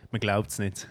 Man glaubt es nicht.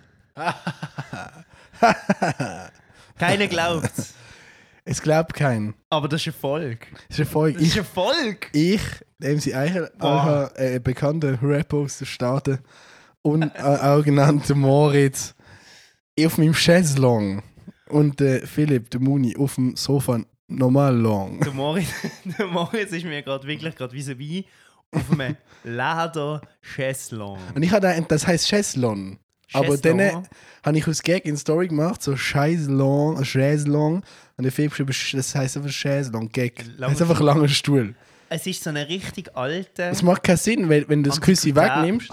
Keiner glaubt es. Es glaubt keinen. Aber das ist Erfolg. Das ist Erfolg. Das ist Erfolg! Ich, MC Eichel, ein bekannter Rapper aus den Staaten und auch genannt Moritz, auf meinem Chaiselong und Philipp, der Muni, auf dem Sofa normal long. Der Moritz ist mir gerade vis-à-vis auf einem Leder-Chaiselong. Und ich habe gedacht, das heisst Chaiselong. Aber dann habe ich aus Gag in Story gemacht, so Chaiselong. Und der Philipp geschrieben, das heisst einfach Chaiselong, Gag. Das heisst einfach langer Stuhl. Es ist so eine richtig alte... Es macht keinen Sinn, weil wenn du das Küssi wegnimmst...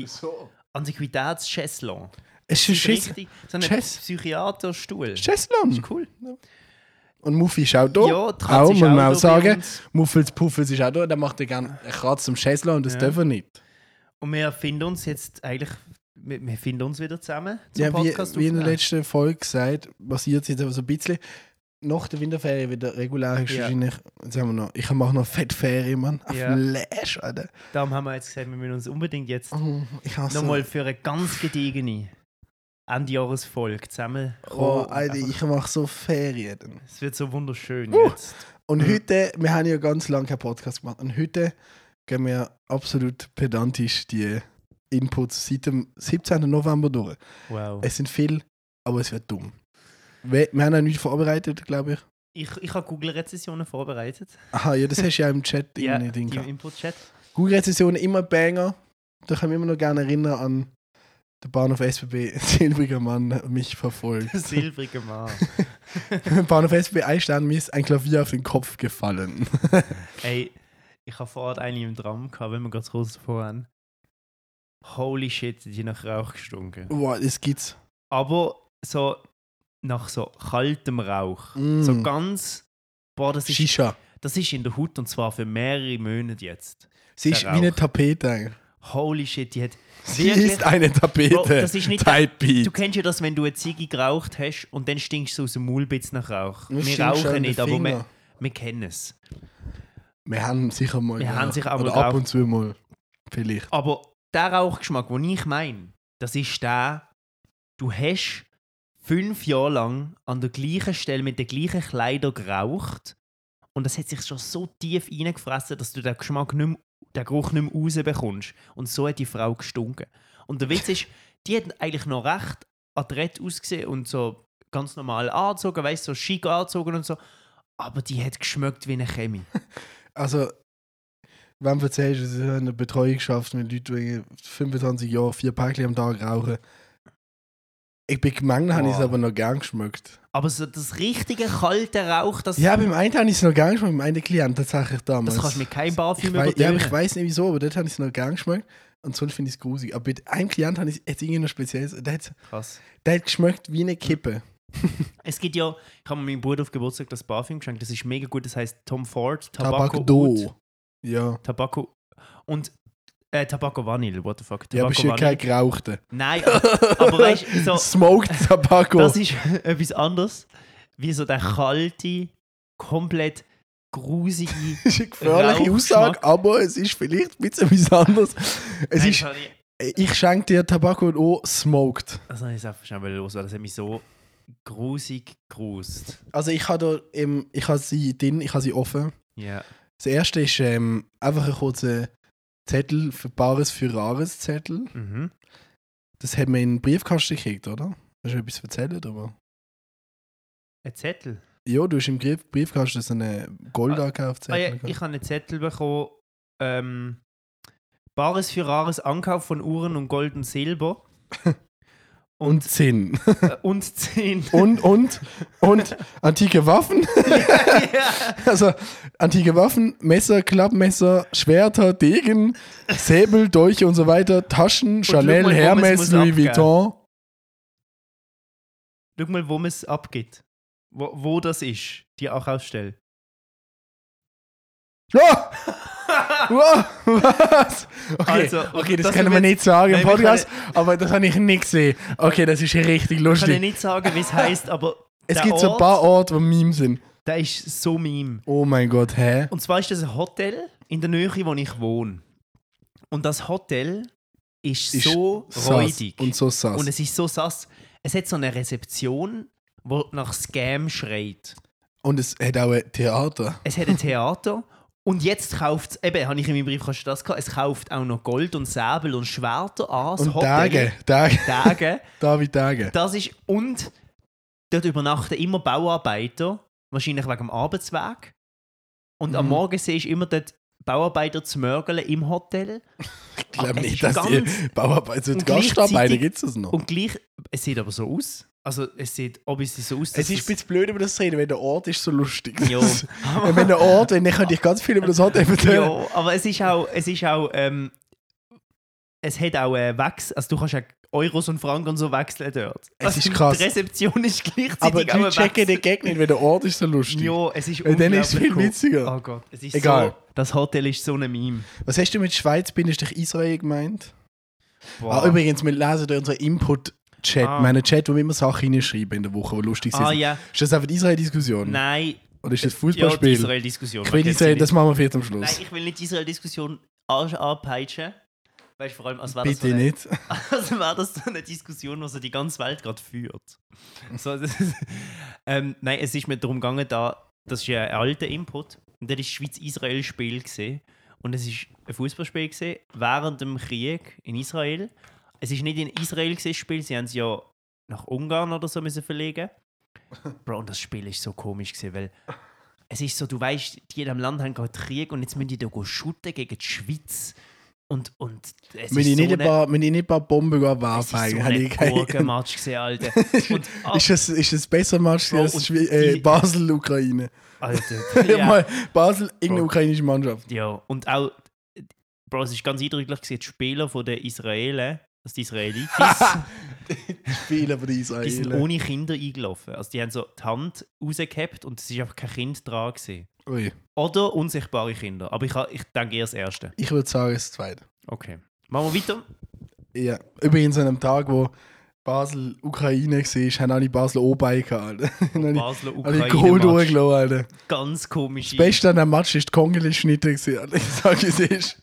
Antiquitäts-Chaiselong. Es ist richtig so ein Psychiaterstuhl. Chaiselong. Das ist cool. Und Muffi ist auch da. Ja, die Katze auch, ist muss man auch auch da sagen. bei uns. Muffels Puffels ist auch da. Der macht ja gerne eine Katze zum Chaiselong und das darf er nicht. Und wir finden uns jetzt eigentlich... Wir finden uns wieder zusammen zum Ja, Podcast wie in der aufnehmen. letzten Folge gesagt, passiert es jetzt aber so ein bisschen. Nach der Winterferien wieder regulär wahrscheinlich. Jetzt haben wir noch, ich mache noch Fettferien, Mann. Ja. Flash, Alter. Darum haben wir jetzt gesagt, wir müssen uns unbedingt jetzt Ich hasse nochmal für eine ganz gediegene Endjahresfolge zusammen. Alter, ich mache so Ferien. Es wird so wunderschön jetzt. Und heute, wir haben ja ganz lange keinen Podcast gemacht. Und heute gehen wir absolut pedantisch die Inputs seit dem 17. November durch. Wow. Es sind viel, aber es wird dumm. Wir haben auch nichts vorbereitet, glaube ich. Ich habe Google-Rezessionen vorbereitet. Aha, ja, das hast du ja im Chat Ja, in die den im Input-Chat. Google-Rezessionen immer Banger. Da kann ich mich immer noch gerne erinnern an den Bahnhof SBB, silbriger Mann, mich verfolgt. Silbrige Mann. Bahnhof SBB einstanden, mir ist ein Klavier auf den Kopf gefallen. Ey, ich habe vor Ort eine im Tram gehabt, wenn wir gerade kurz davor haben. Holy shit, die nach Rauch gestunken. Boah, das gibt's. Aber so nach so kaltem Rauch. Mm. So ganz... Boah, das Shisha. ist in der Hut und zwar für mehrere Monate jetzt. Sie ist Der wie eine Rauch. Tapete eigentlich. Holy shit, die hat Sie ist eine Tapete. Bro, das ist nicht- Type Beat. Du kennst ja das, wenn du eine Ziege geraucht hast und dann stinkst du aus dem Maul ein bisschen nach Rauch. Das Wir stinkt schon rauchen in den nicht, aber Finger. wir kennen es. Wir haben sicher mal. Wir haben sicher auch Oder mal ab und zu mal. Vielleicht. Aber der Rauchgeschmack, den ich meine, das ist der, du hast 5 Jahre lang an der gleichen Stelle mit den gleichen Kleidern geraucht und das hat sich schon so tief reingefressen, dass du den Geschmack nicht mehr, den Geruch nicht mehr rausbekommst. Und so hat die Frau gestunken. Und der Witz ist, die hat eigentlich noch recht adrett ausgesehen und so ganz normal angezogen, weißt du, so schick angezogen und so. Aber die hat geschmeckt wie eine Chemie. Also, wenn du erzählst, dass du eine Betreuung schaffst mit Leuten, die 25 Jahre 4 Päckchen am Tag rauchen. Ich bin gemeint, habe ich es Boah. aber noch gern geschmeckt. Aber so das richtige kalte Rauch, das, Ja, beim einen habe ich es noch gern geschmeckt, beim einen Klient tatsächlich damals. das kannst du mit keinem Parfüm Ja, aber übertreffen. ich weiß nicht wieso, aber dort habe ich es noch gern geschmeckt. Und sonst finde ich es grusig. Aber bei einem Klient habe ich jetzt irgendwie noch Spezielles. Krass. Der hat geschmeckt wie eine Kippe. Es gibt ja, ich habe meinem Bruder auf Geburtstag das Parfüm geschenkt, das ist mega gut, das heißt Tom Ford Tobacco Oud. Tabak Ja. Tobacco und Tobacco Vanille, what the fuck. Ja, aber Tobacco ist ja kein gerauchter. Nein, aber weißt du, so, Smoked Tabacco. das ist etwas anderes, wie so der kalte, komplett grusige Das ist eine gefährliche Rauchgeschmack. Aussage, aber es ist vielleicht ein bisschen etwas anderes. Es Nein, ist, das habe ich schenke dir Tabacco und auch smoked. das habe ich einfach schnell los, weil das hat mich so grusig gerust. Also ich habe da, ich habe sie drin, ich habe sie offen. Ja. Das erste ist einfach ein kurzer Zettel für Bares für Rares Zettel. Mhm. Das hat man in den Briefkasten gekriegt, oder? Hast du etwas erzählt darüber? Ein Zettel. Ja, du hast im Briefkasten so einen Gold angekauft. Ah, ja, ich habe einen Zettel bekommen. Bares für Rares Ankauf von Uhren und Gold und Silber. Und 10. Und 10. und antike Waffen. Ja. Also antike Waffen, Messer, Klappmesser, Schwerter, Degen, Säbel, Dolche und so weiter, Taschen, Chanel, schau mal, wo man's Hermes, muss Louis abgeben. Vuitton. Schau mal, wo man es abgibt. Wo das ist, die Ankaufsstelle. Ja! Wow, was? Okay, Also, okay, das das können wir wird- nicht sagen im Nein, wir Podcast, aber das habe ich nicht gesehen. Okay, das ist richtig Ich kann ja lustig. nicht sagen, wie es heisst, aber Es der gibt so ein Ort, paar Orte, wo Memes sind. der ist so Meme. Oh mein Gott, hä? Und zwar ist das ein Hotel in der Nähe, wo ich wohne. Und das Hotel ist so räudig. Und so sass. Und es ist so sass. Es hat so eine Rezeption, die nach Scam schreit. Und es hat auch ein Theater. Es hat ein Theater. Und jetzt kauft es, eben, habe ich in meinem Briefkasten das gehabt, es kauft auch noch Gold und Säbel und Schwerter an. Und Tage. David Tage. Das ist, und dort übernachten immer Bauarbeiter, wahrscheinlich wegen dem Arbeitsweg. Und am Morgen siehst du immer dort Bauarbeiter zu mörgeln im Hotel. Ich glaube nicht, dass die Bauarbeiter, die Gastarbeiter gibt es noch. Und gleich, es sieht aber so aus. Also es sieht obviously so aus, dass es ist ein bisschen blöd über das zu reden, weil der Ort ist so lustig. Ja. Wenn der Ort, dann könnte ich ganz viel über das Hotel erzählen. Ja, aber es hat auch Wechsel, also du kannst ja Euros und Franken und so wechseln dort. Es ist krass. Die Rezeption ist gleichzeitig aber die checken den Gag nicht, weil der Ort ist so lustig. Ja, es ist dann ist es viel witziger. Oh Gott, es ist egal. So, das Hotel ist so ein Meme. Was hast du mit Schweiz-Israel gemeint? Boah. Übrigens, wir lesen da unseren Input-Chat, meinen Chat, wo wir immer Sachen hinschreiben in der Woche, die lustig sind. Ja. Ist das einfach die Israel-Diskussion? Nein. Oder ist das Fußballspiel? Ja, die Israel-Diskussion. Ich will Israel, das machen wir für am Schluss. Nein, ich will nicht die Israel-Diskussion anpeitschen. Weißt du, vor allem, als wäre Bitte nicht. Als wäre das so eine Diskussion, die so die ganze Welt gerade führt. So, nein, es ist mir darum gegangen, das ist ja ein alter Input. Und das war Schweiz-Israel-Spiel. Und es war ein Fußballspiel während dem Krieg in Israel. Es war nicht in Israel das Spiel, sie haben es ja nach Ungarn oder so müssen verlegen. Bro, und das Spiel war so komisch, weil es ist so, du weißt, die in diesem Land haben gerade Krieg und jetzt müssen die da shooten gegen die Schweiz. Und es ist so ein paar Bomben werfen. Es ist so ein Gurkenmatch gesehen, Alter. Und, ist das ein besserer Match als Basel-Ukraine? Alter, ja. Basel, irgendeine ukrainische Mannschaft. Ja, und auch, Bro, es ist ganz eindrücklich gesehen, die Spieler von den Israelen, also die Israelitis, die Spieler von den Israelen, die sind ohne Kinder eingelaufen. Also die haben so die Hand rausgehabt und es war einfach kein Kind dran gewesen. Ui. Oder unsichtbare Kinder. Aber ich denke eher das Erste. Ich würde sagen, das Zweite. Okay. Machen wir weiter? Ja. Übrigens an einem Tag, wo Basel Ukraine war, haben alle Basel O-Beine gehabt. Basel Ukraine. Alle Goal durchgelassen, Alter. Ganz komisch. Das Beste an dem Match war die Kongele-Schnitte. Ich sage es ist.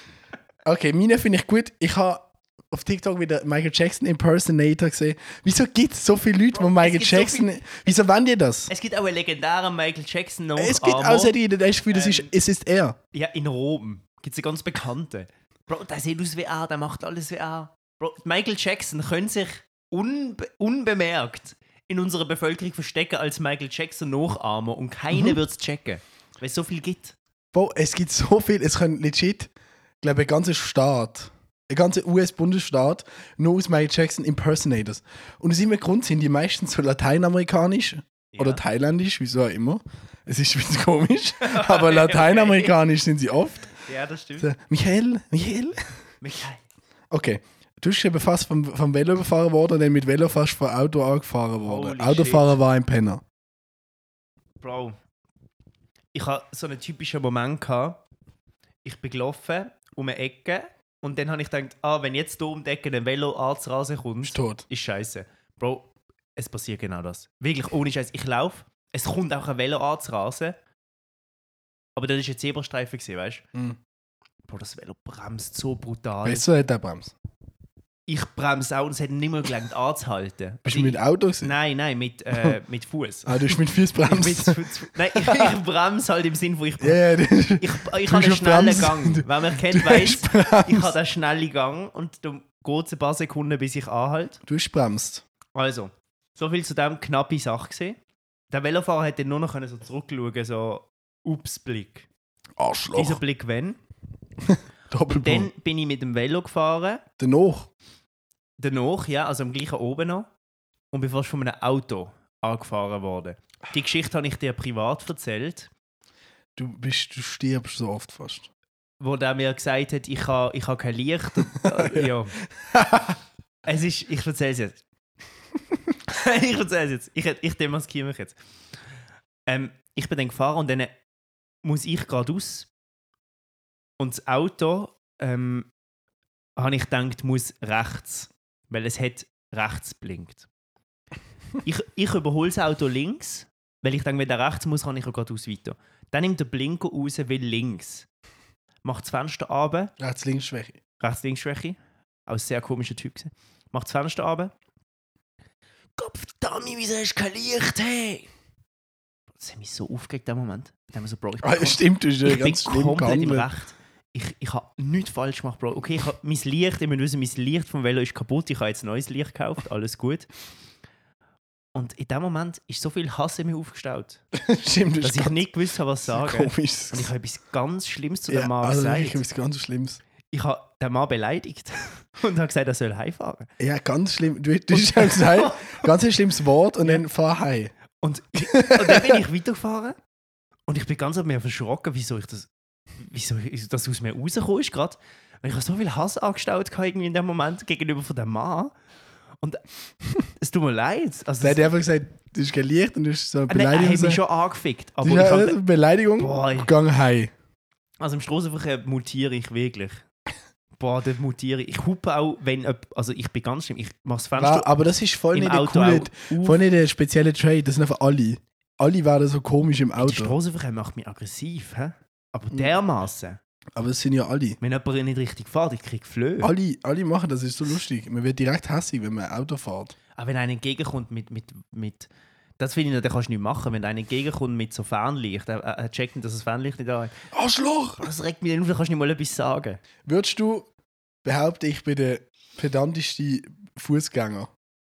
Okay, meine finde ich gut. Ich habe auf TikTok wieder Michael Jackson Impersonator gesehen. Wieso gibt es so viele Leute, die Michael Jackson... Wieso wollen die das? Es gibt auch einen legendären Michael Jackson noch. Es gibt auch solche, die das Gefühl, es ist er. Ja, in Rom gibt es einen ganz bekannten. Bro, der sieht aus wie er, der macht alles wie er. Bro, Michael Jackson könnte sich unbemerkt in unserer Bevölkerung verstecken als Michael Jackson Nachahmer und keiner wird es checken, weil es so viel gibt. Bro, es gibt so viel, es können legit, ich glaube, ein ganzer US-Bundesstaat nur aus Michael Jackson Impersonators. Und aus irgendeinem Grund sind die meisten so lateinamerikanisch oder thailändisch, wieso auch immer. Es ist ein bisschen komisch, aber lateinamerikanisch sind sie oft. Ja, das stimmt. So, Michael. Okay. Du bist eben fast vom Velo überfahren worden und dann mit Velo fast vom Auto angefahren worden. Autofahrer war ein Penner. Bro, ich hatte so einen typischen Moment gehabt. Ich bin gelaufen um eine Ecke und dann habe ich gedacht, wenn jetzt hier um die Ecke ein Velo anzurasen kommt, ist tot. Ist scheiße. Bro, es passiert genau das. Wirklich ohne Scheiß. Ich laufe, es kommt auch ein Velo anzurasen, aber das war ein Zebrastreifen, weißt du? Mm. Bro, das Velo bremst so brutal. Besser hat er bremst. Ich bremse auch und es hat nicht mehr gelangt anzuhalten. Bist du mit Auto gewesen? Nein, mit Fuß. Du hast mit Fuß bremst. Nein, ich bremse halt im Sinn, wo ich ich habe einen schnellen Gang. Wer mich kennt, weiss, ich habe einen schnellen Gang und da geht es ein paar Sekunden, bis ich anhalte. Du hast bremst. Also, so viel zu dem knappe Sache gesehen. Der Velofahrer hätte nur noch so zurückschauen, so Ups-Blick. Arschloch. Dieser Blick, wenn? Doppelpunkt. Dann bin ich mit dem Velo gefahren. Danach, ja, also am gleichen oben noch. Und bin fast von einem Auto angefahren worden. Die Geschichte habe ich dir privat erzählt. Du stirbst so oft fast. Wo der mir gesagt hat, ich habe kein Licht. Ja. Ich erzähle es jetzt. Ich demaskiere mich jetzt. Ich bin dann gefahren und dann muss ich geradeaus. Und das Auto, habe ich gedacht, muss rechts. Weil es hat rechts blinkt. Ich überhole das Auto links, weil ich denke, wenn der rechts muss, kann ich ja geradeaus weiter. Dann nimmt der Blinker raus, will links. Macht das Fenster runter. Rechts-Links-Schwäche. Rechts-Links-Schwäche. Auch ein sehr komischer Typ gewesen. Macht das Fenster runter. Gottverdammt, wieso hast du kein Licht, hey? Das hat mich so aufgeregt, in dem Moment. Da haben wir so, Bro, Stimmt, du bist ich bin ganz schlimm komplett im gehandelt. Recht. Ich habe nichts falsch gemacht, Bro. Okay, ich habe mein Licht, ich muss wissen, mein Licht vom Velo ist kaputt. Ich habe jetzt ein neues Licht gekauft, alles gut. Und in dem Moment ist so viel Hass in mir aufgestaut, Stimmt, dass ich nicht gewusst habe, was sagen. komisch. Und ich habe etwas ganz Schlimmes zu Ja, dem Mann also gesagt. wirklich etwas ganz Schlimmes. Ich habe den Mann beleidigt und habe gesagt, er soll heimfahren. Ja, ganz schlimm. Du hast ja gesagt, ganz ein schlimmes Wort und dann fahr heim. Und dann bin ich weitergefahren und ich bin ganz an mir verschrocken, wieso das aus mir rausgekommen ist gerade. Weil ich habe so viel Hass angestaut irgendwie in dem Moment gegenüber von dem Mann. Und es tut mir leid. Also, Der hat einfach gesagt, du hast kein Licht und du hast so eine nein, er Beleidigung. hat mich schon angefickt. Aber Das ich ist hab, eine Beleidigung. Boah, Gang heim. also im Strassenverkehr mutiere ich wirklich. Boah, dort mutiere ich. Ich hupe auch, also ich bin ganz schlimm. Ich mache das Fenster Aber das ist voll im nicht der Auto coole, auch voll nicht der spezielle Trade. Das sind einfach alle. Alle werden so komisch im Der Auto. Strassenverkehr macht mich aggressiv. Hä? Aber dermaßen. Aber das sind ja alle. Wenn jemand nicht richtig fährt, ich kriege Flöhe. Alle machen das, ist so lustig. Man wird direkt hässlich, wenn man Auto fährt. Aber wenn einer entgegenkommt mit das finde ich, das kannst du nicht machen. Wenn einer entgegenkommt mit so Fernlicht, er checkt nicht, dass das Fernlicht nicht da ist. Arschloch! Das regt mich dann auf, da kannst du nicht mal etwas sagen. Würdest du behaupten, ich bin der pedantischste Fußgänger?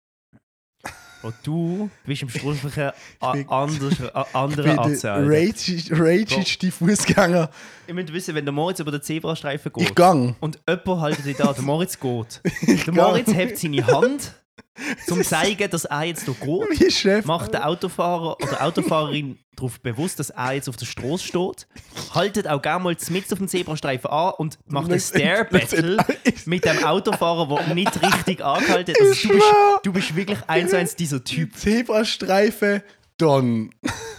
Und du bist im Strassenverkehr bin- anderer Ich Anzahl. bin der ragigste Fußgänger. Ihr müsst wissen, wenn der Moritz über den Zebrastreifen geht Ich gang. und jemand haltet dich da, der Moritz geht. Der gang. Moritz hebt seine Hand, um zu zeigen, dass er jetzt hier geht. Wie Chef. Macht der Autofahrer oder Autofahrerin darauf bewusst, dass er jetzt auf der Straße steht, haltet auch gerne mal mitten auf dem Zebrastreifen an und macht ein Stare-Battle mit dem Autofahrer, der nicht richtig angehalten hat. Also du bist wirklich 1:1 dieser Typ. Zebrastreifen, dann.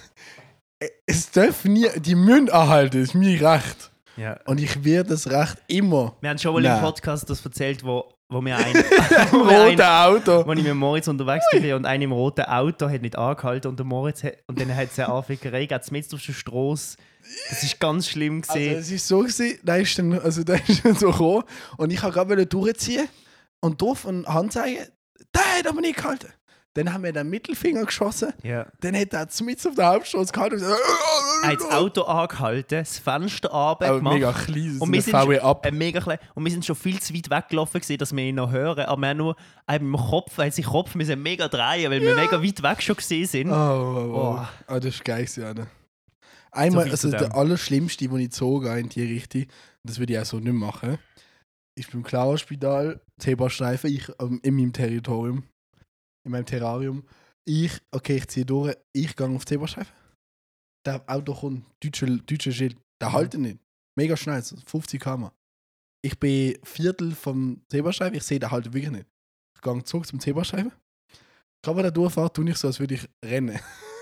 Es darf nie, die müssen anhalten, ist mir recht. Ja. Und ich werde das Recht immer. Wir haben schon mal Nein. im Podcast das erzählt, wo wir Rote Auto. Wo ich mit Moritz unterwegs war und einer im roten Auto hat nicht angehalten und der Moritz und dann hat es eine Anfickerei, geht mitten auf der Straße. Das ist ganz schlimm Also, gesehen. es ist so gewesen, da ist dann so gekommen und ich wollte gerade durchziehen und durf und Hand zeigen, der hat aber nicht gehalten. Dann haben wir den Mittelfinger geschossen, Ja. dann hat er mitten auf der Hauptstraße gehalten und gesagt, Er hat das Auto angehalten, das Fenster runtergemacht. mega klein, so Und eine wir sind VW ab. mega klein. Und wir sind schon viel zu weit weggelaufen, gewesen, dass wir ihn noch hören. Aber wir haben nur im Kopf, weil sein Kopf müssen mega drehen, weil wir mega weit weg schon gesehen sind. Oh. Das ist geil gewesen, Alter. Einmal, viel also zu der dem. Allerschlimmste, den ich gezogen habe in die Richtung, und das würde ich auch so nicht machen, ist beim Clara-Spital, Zebrastreifen, ich in meinem Territorium, in meinem Terrarium. Ich ziehe durch, ich gehe auf Zebrastreifen. Der Auto kommt, deutscher Schild, der haltet nicht. Mega schnell, so 50 km. Ich bin Viertel vom Zebrastreifen, ich sehe, der haltet wirklich nicht. Ich gehe zurück zum Zebrastreifen. Gerade wenn der durchfährt, tue ich so, als würde ich rennen.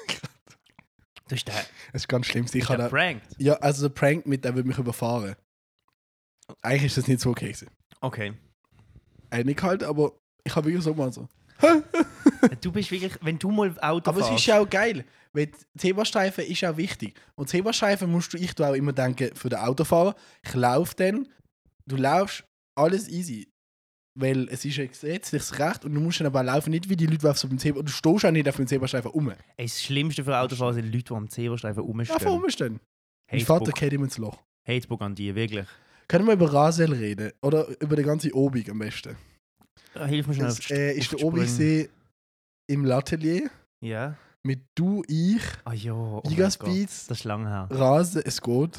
Das ist der, Das ist ganz schlimm. Ich der habe Prank. ja, also der Prank mit, der würde mich überfahren. Eigentlich ist das nicht so okay gewesen. Okay. Nicht halt, aber ich habe wirklich so mal so. Du bist wirklich, wenn du mal Auto Aber es fährst. ist ja auch geil, weil Zebrastreifen ist auch wichtig. Und Zebrastreifen ich auch immer denken, für den Autofahrer, ich laufe dann, du laufst, alles easy. Weil es ist ein gesetzliches Recht und du musst dann aber auch laufen, nicht wie die Leute, die auf so einem du stehst auch nicht auf dem Zebrastreifen rum. Ey, das Schlimmste für Autofahrer sind Leute, die am Zebrastreifen Ja, rumstehen. vor rumstehen. Mein Vater Hatebook kennt immer ins Loch. Hatebook an die, wirklich. Können wir über Rasel reden? Oder über den ganzen Obig am besten? Hilf mir schnell Es auf ist der die Sprünge. Obigsee im L'Atelier Ja. mit du, ich, Ah ja. Oh mein Gigas Gott, Beats, das ist lang her. Rasel, es geht,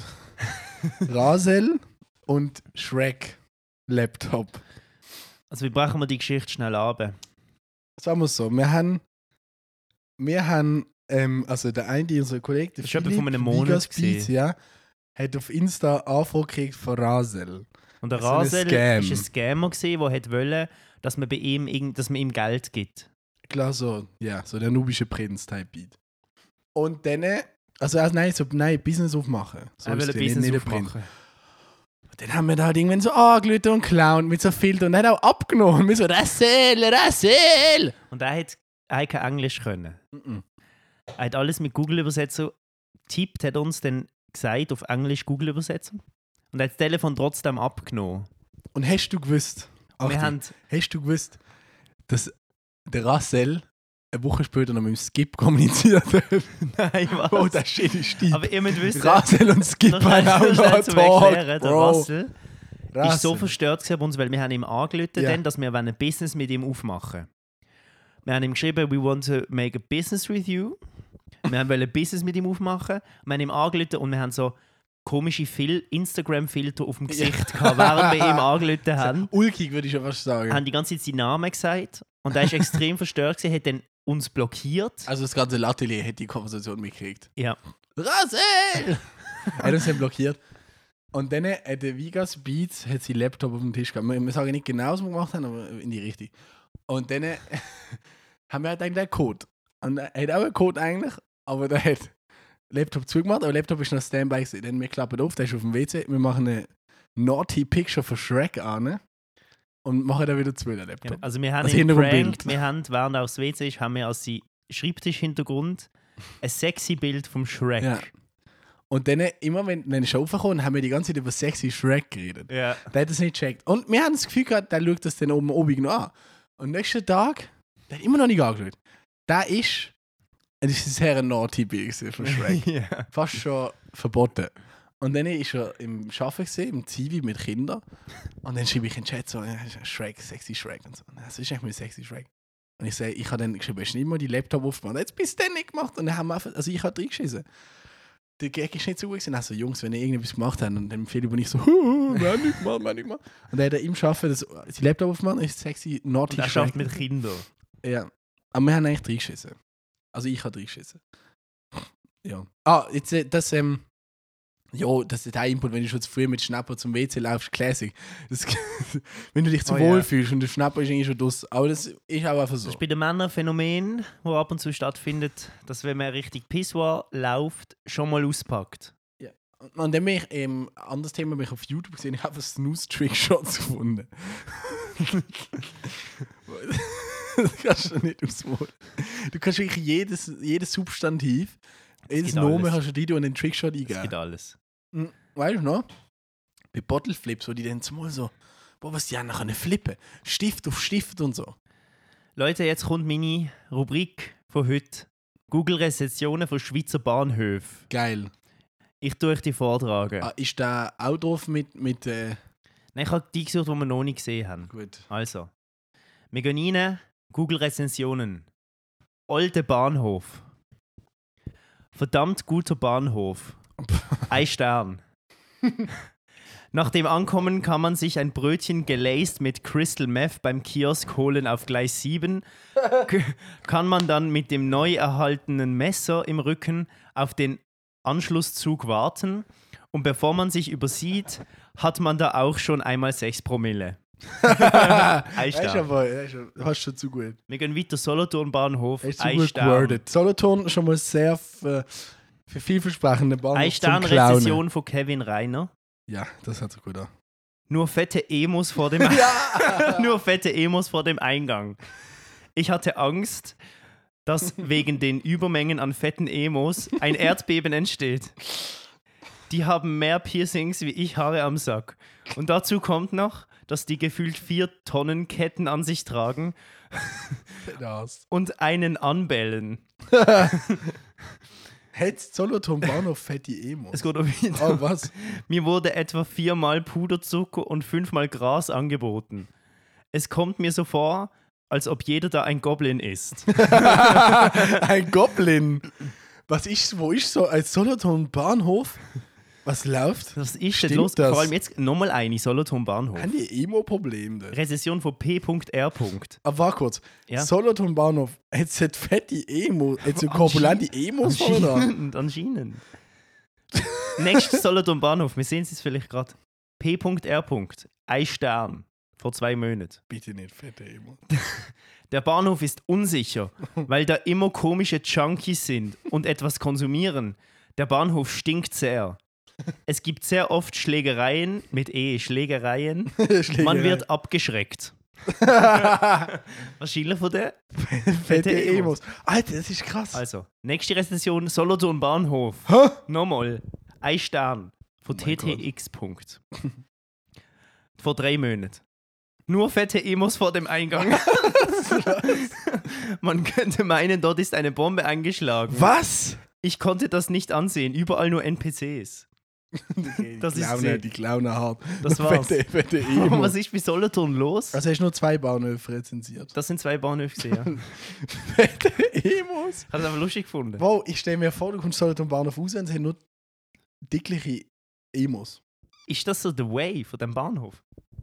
Rasel und Shrek Laptop. Also wie brechen wir die Geschichte schnell ab? Sagen wir es so, wir haben also der eine, unser Kollege, der Das ist etwa vor einem Monat Gigas gewesen. Beats, ja, hat auf Insta Anfrage gekriegt von Rasel. Und der So ein Rasel Scam. ist ein Scammer gewesen, der wollte, dass man dass man ihm Geld gibt. Klar, so der nubische Prinz-Type Beat. Und dann, nein, Business aufmachen. So Er will ist ein der, nicht Business der Prinz. aufmachen. Dann haben wir da halt irgendwann so angelötet und clown mit so Filtern und hat auch abgenommen. Wir so, Rasel! Und er hat kein Englisch können. Mhm. Er hat alles mit Google-Übersetzung tippt, hat uns dann gesagt, auf Englisch Google-Übersetzung. Und er hat das Telefon trotzdem abgenommen. Und hast du gewusst? Wir haben... Hast du gewusst, dass der Russell eine Woche später noch mit dem Skip kommuniziert hat? Nein, was? Oh, das shit ist steif. Aber ihr müsst wissen... Russell und Skip noch haben auch noch einen zum Talk, Erklären, der Bro. Russell ist so verstört gewesen bei uns, weil wir haben ihm angerufen, Ja. dass wir ein Business mit ihm aufmachen. Wir haben ihm geschrieben, we want to make a business with you. Wir haben ein Business mit ihm aufmachen. Wir haben ihm angerufen und wir haben so komische Instagram-Filter auf dem Gesicht gehabt, während wir ihm angerufen haben. Ulkig, würde ich schon fast sagen. Haben die ganze Zeit seinen Namen gesagt und er ist extrem verstört gewesen, hat dann uns blockiert. Also das ganze Latelier hat die Konversation mitgekriegt. Ja. Russell! Er hat uns dann blockiert. Und dann hat der Vigas Beats hat seinen Laptop auf dem Tisch gehabt. Wir sagen nicht genau, was wir gemacht haben, aber in die Richtung. Und dann haben wir halt eigentlich einen Code. Und er hat auch einen Code eigentlich, aber der hat Laptop zugemacht, aber Laptop ist noch Standby gewesen. Dann wir klappen auf, der ist auf dem WC, wir machen eine Naughty Picture von Shrek an und machen dann wieder zu, den Laptop. Genau. Also wir haben Also ihn Hintergrundbild. geprankt, wir haben, während er aufs WC ist, haben wir als sein Schreibtischhintergrund ein sexy Bild vom Shrek. Ja. Und dann, immer wenn er aufgekommen haben wir die ganze Zeit über sexy Shrek geredet. Ja. Der hat das nicht gecheckt. Und wir haben das Gefühl gehabt, der schaut das dann oben noch an. Und nächsten Tag, der hat immer noch nicht angeschaut. Das ist ein sehr naughty Bild von Shrek. Ja. Fast schon verboten. Und dann ist er im Arbeiten gesehen, im Zivi mit Kindern. Und dann schreibe ich in den Chat so, ja, Shrek, sexy Shrek und so. Das ist echt mal sexy Shrek. Und ich sage, ich habe dann geschrieben, hast du nicht mal die Laptop aufgemacht? Jetzt bist du dann nicht gemacht. Und dann haben wir einfach, also ich habe reingeschissen. Der Gag ist nicht so gut gewesen. Also Jungs, wenn ihr irgendwas gemacht habt, und dann Philipp und ich so, wir haben nicht gemacht, wir haben nicht gemacht. Und dann hat er ihm schaffen, das Laptop aufgemacht und ist sexy naughty Und er schafft mit Kindern. Ja. Aber wir haben eigentlich reingeschissen. Also ich habe reingeschissen. Ja. Ah, jetzt das, ja, das ist der Input, wenn du schon zu früh mit Schnapper zum WC laufst, Classic. Das, wenn du dich zu wohl fühlst und der Schnapper ist eigentlich schon draus. Aber das ist auch einfach so. Das ist bei den Männern ein Phänomen, das ab und zu stattfindet, dass wenn man richtig Pissoir läuft, schon mal auspackt. Ja. Und dann bin ich, anderes Thema, bin ich auf YouTube gesehen, ich habe Snooze-Trick-Shots gefunden. Das kannst du nicht ausmachen. Du kannst wirklich jedes Substantiv, jedes Nomen kannst du rein und einen Trickshot eingeben. Das geht alles. Weißt du noch? Bei Bottle Flips, wo die dann zumal so, boah, was die anderen können flippen. Stift auf Stift und so. Leute, jetzt kommt meine Rubrik von heute. Google-Rezensionen von Schweizer Bahnhöfen. Geil. Ich tue euch die vortragen. Ist da auch drauf mit Nein, ich habe die gesucht, die wir noch nicht gesehen haben. Gut. Also, wir gehen rein. Google-Rezensionen. Olde Bahnhof. Verdammt guter Bahnhof. 1 Stern. Nach dem Ankommen kann man sich ein Brötchen gelaced mit Crystal Meth beim Kiosk holen auf Gleis 7. Kann man dann mit dem neu erhaltenen Messer im Rücken auf den Anschlusszug warten. Und bevor man sich übersieht, hat man da auch schon einmal 6 Promille. 1 Stern. Das hast schon zu gut. Wir gehen weiter. Solothurn Bahnhof. Hast du 1 gut Stern. gewordet. Solothurn schon mal sehr für vielversprechende Bahnhof 1 zum Stern Clownen. Rezession von Kevin Reiner. Ja, das hat sich gut an. Nur fette Emos vor dem Nur fette Emos vor dem Eingang. Ich hatte Angst, dass wegen den Übermengen an fetten Emos ein Erdbeben entsteht. Die haben mehr Piercings wie ich Haare am Sack. Und dazu kommt noch, dass die gefühlt 4 Tonnen Ketten an sich tragen und einen anbellen. Hättest Solothurn Bahnhof fette Emos? Es geht auch wieder. Oh, was? Mir wurde etwa 4-mal Puderzucker und 5-mal Gras angeboten. Es kommt mir so vor, als ob jeder da ein Goblin ist. Ein Goblin? Wo ist so ein Solothurn Bahnhof? Was läuft? Was ist denn Stimmt los? das? Vor allem jetzt nochmal eine, Solothurn Bahnhof. Haben die Emo-Probleme? Rezession von P.R. Aber warte kurz. Ja. Solothurn Bahnhof, jetzt hat fette Emo, jetzt so korpulente Emos vorne da. Anscheinend. Nächstes Solothurn Bahnhof, wir sehen es jetzt vielleicht gerade. P.R. 1 Stern. Vor 2 Monaten. Bitte nicht fette Emo. Der Bahnhof ist unsicher, weil da immer komische Junkies sind und etwas konsumieren. Der Bahnhof stinkt sehr. Es gibt sehr oft Schlägereien, mit Schlägereien. Man wird abgeschreckt. Was schiller von der? Fette Emos. Alter, das ist krass. Also, nächste Rezension, Solothurn Bahnhof. Hä? Nochmal, 1 Stern von Oh mein TTX. Vor 3 Monaten. Nur fette Emos vor dem Eingang. Man könnte meinen, dort ist eine Bombe eingeschlagen. Was? Ich konnte das nicht ansehen. Überall nur NPCs. Das ist die Clownen hart. Das war's. Fette Emos. Was ist bei Solothurn los? Also hast du nur 2 Bahnhöfe rezensiert. Das sind 2 Bahnhöfe gesehen. Ja. Fette Emos. Ich habe es einfach lustig gefunden. Wow, ich stelle mir vor, du kommst Solothurn Bahnhof raus und sie haben nur dickliche Emos. Ist das so der Way von dem Bahnhof?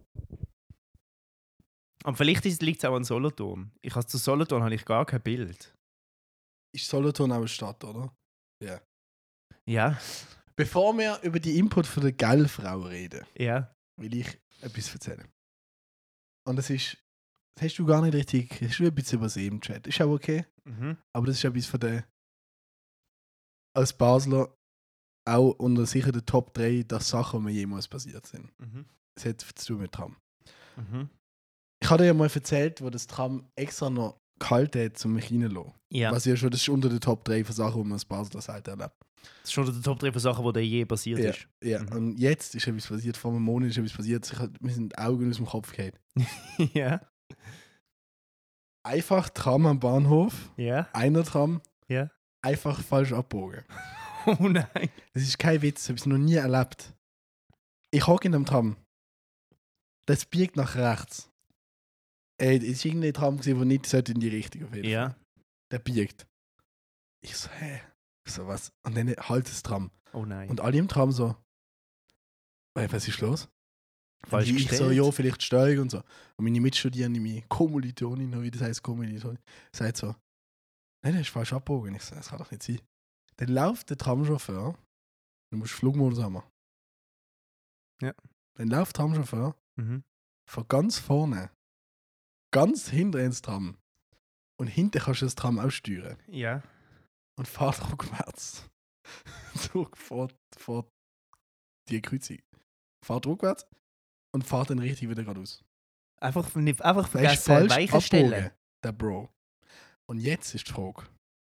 Und vielleicht liegt es auch an Solothurn. Zu Solothurn habe ich gar kein Bild. Ist Solothurn auch eine Stadt, oder? Ja. Ja. Bevor wir über die Input von der Gallfrau reden, Ja. will ich etwas erzählen. Und das hast du gar nicht richtig, hast du ein bisschen übersehen im Chat. Ist auch okay, Mhm. aber das ist etwas von der, als Basler, auch unter sicher der Top 3 der Sachen, die mir jemals passiert sind. Mhm. Das hat zu tun mit Tram. Mhm. Ich hatte dir ja mal erzählt, wo das Tram extra noch kalt hat, um mich reinzulassen. Ja. Was ja schon, das ist unter der Top 3 von Sachen, die man als Basler Seite erlebt. Das ist schon der Top 3 von Sachen, die dir je passiert Ja, ist. ja. Mhm. Und jetzt ist etwas passiert, vor einem Monat ist etwas passiert, mir sind die Augen aus dem Kopf gefallen. Ja. Einfach Tram am Bahnhof, Ja. einer Tram, Ja. einfach falsch abbogen. Oh nein. Das ist kein Witz, das habe ich noch nie erlebt. Ich hocke in einem Tram. Das biegt nach rechts. Es ist irgendein Tram, der nicht in die Richtung auf jeden Fall. Ja. Der biegt. Ich so, hä? So was? Und dann halt das Tram. Oh nein. Und alle im Tram so, was ist los? Falsch und ich so, gestellt. ja, vielleicht steige und so. Und meine Mitstudierende, meine Kommilitonin, wie das heißt, Kommilitonin, sagt so, nein, das ist falsch abgebogen. Ich so, das kann doch nicht sein. Dann läuft der Tramchauffeur, du musst Flugmodus haben. Ja. Dann läuft der Tramchauffeur Mhm. von ganz vorne, ganz hinter ins Tram. Und hinten kannst du das Tram aussteuern. Ja. Und fährt rückwärts. vor die Kreuzung. Fährt rückwärts und fährt dann richtig wieder geradeaus. Einfach Er ist vergessen, falsch Weichen stellen. abgebogen, der Bro. Und jetzt ist die Frage.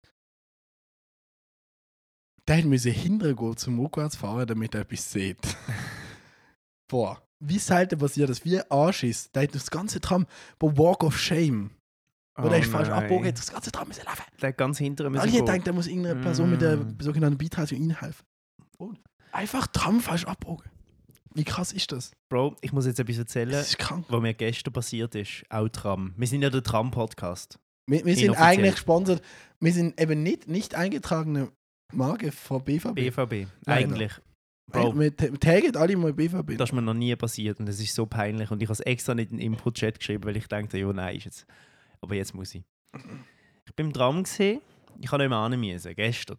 Der musste hinterher gehen zum Rückwärtsfahren, damit er etwas sieht. Boah, wie selten passiert das? Wie ein Arsch ist. Der hat das ganze Tram, Walk of Shame. Oder er ist falsch abgebogen, hat das ganze Tram müssen laufen. Der hat ganz hinter mir Alle denken, da muss irgendeine Person mit der sogenannten Beiträge ihnen helfen. Und einfach Tram falsch abgebogen. Wie krass ist das? Bro, ich muss jetzt etwas erzählen, Das ist krank. was mir gestern passiert ist. Auch Tram. Wir sind ja der Tram-Podcast. Wir sind Inoffiziell. eigentlich gesponsert. Wir sind eben nicht eingetragene Marke von BVB. BVB. Leider. Eigentlich. Bro, Wir taggen alle mal BVB. das ist mir noch nie passiert und das ist so peinlich. Und ich habe es extra nicht in den Input-Chat geschrieben, weil ich dachte, ja, nein, ist jetzt. Aber jetzt muss ich. Ich bin im Tram gesehen, ich kann nicht mehr hin müssen, gestern.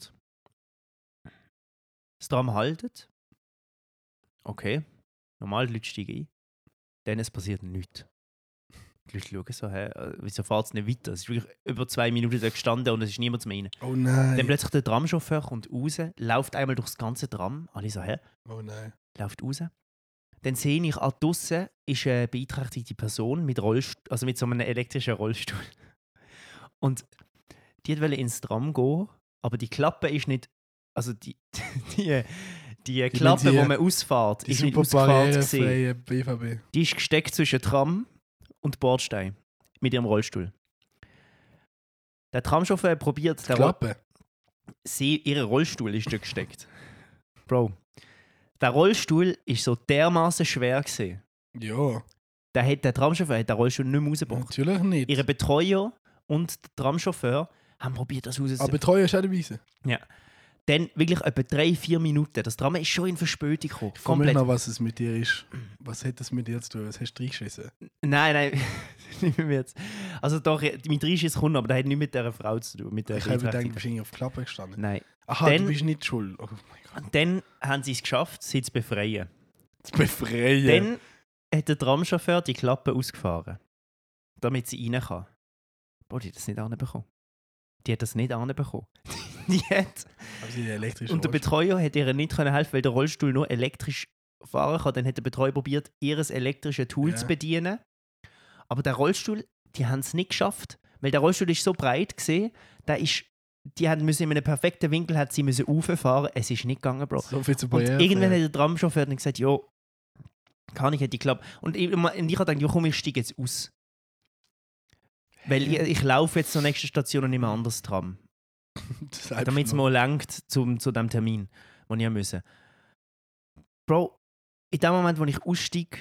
Das Tram haltet. Okay. Normal, die Leute steigen ein. Dann es passiert nichts. Die Leute schauen so, wieso fährt es nicht weiter? Es ist wirklich über 2 Minuten da gestanden und es ist niemand mehr rein. Oh nein. Dann plötzlich der Tramchauffeur kommt raus, läuft einmal durchs ganze Tram. Alle so, Oh nein. läuft raus. Dann sehe ich, draussen ist eine beeinträchtigte Person mit also mit so einem elektrischen Rollstuhl. Und die wollte ins Tram gehen, aber die Klappe ist nicht, also die Klappe, wo man ausfährt, Die ist nicht super ausgefahren gewesen. barrierefreie BVB. Die ist gesteckt zwischen Tram und Bordstein mit ihrem Rollstuhl. Der Tramchauffeur hat probiert, Klappe. ihr Rollstuhl ist dort gesteckt. Bro, der Rollstuhl ist so dermaßen schwer gewesen. Ja, Der Tramchauffeur hat den Rollstuhl nicht mehr rausgebracht. natürlich nicht. Ihre Betreuer und der Tramchauffeur haben probiert, das Aber rauszuholen. Betreuer ist auch dabei gewesen. Ja. Dann wirklich etwa 3-4 Minuten. Das Tram ist schon in Verspätung gekommen. Ich frage mich Komplett. noch, was es mit dir ist. Was hat das mit dir zu tun? Was hast du reingeschissen? Nein, nicht mit mir jetzt. Also doch, mit Reinschiss kommt, aber das hat nichts mit dieser Frau zu tun. Mit der Ich habe gedacht, du Beeinträchtigten. bist irgendwie auf die Klappe gestanden. Nein. Aha, Dann- du bist nicht schuld. Oh mein Gott. Dann haben sie es geschafft, sie zu befreien. Zu befreien. Dann hat der Tramchauffeur die Klappe ausgefahren, damit sie rein kann. Boah, die hat das nicht anbekommen. Die hat das nicht anbekommen. Die hat... Aber sie elektrisch. Und der Betreuer hat ihr nicht helfen können, weil der Rollstuhl nur elektrisch fahren kann. Dann hat der Betreuer probiert, ihr elektrisches Tool Ja. zu bedienen. Aber der Rollstuhl, die haben es nicht geschafft, weil der Rollstuhl ist so breit gesehen, die müssen in einem perfekten Winkel hat sie müssen rauffahren. Es ist nicht gegangen, Bro. So viel zu Und barrierefrei. irgendwann hat der Tramchauffeur dann gesagt, jo, Keine Ahnung, hätte ich geglaubt. Und ich habe gedacht, ja komm, ich steige jetzt aus. Weil ich laufe jetzt zur nächsten Station und nehme ein anderes Tram. Damit es mal langt zu dem Termin, den ich musste. Bro, in dem Moment, wo ich aussteige,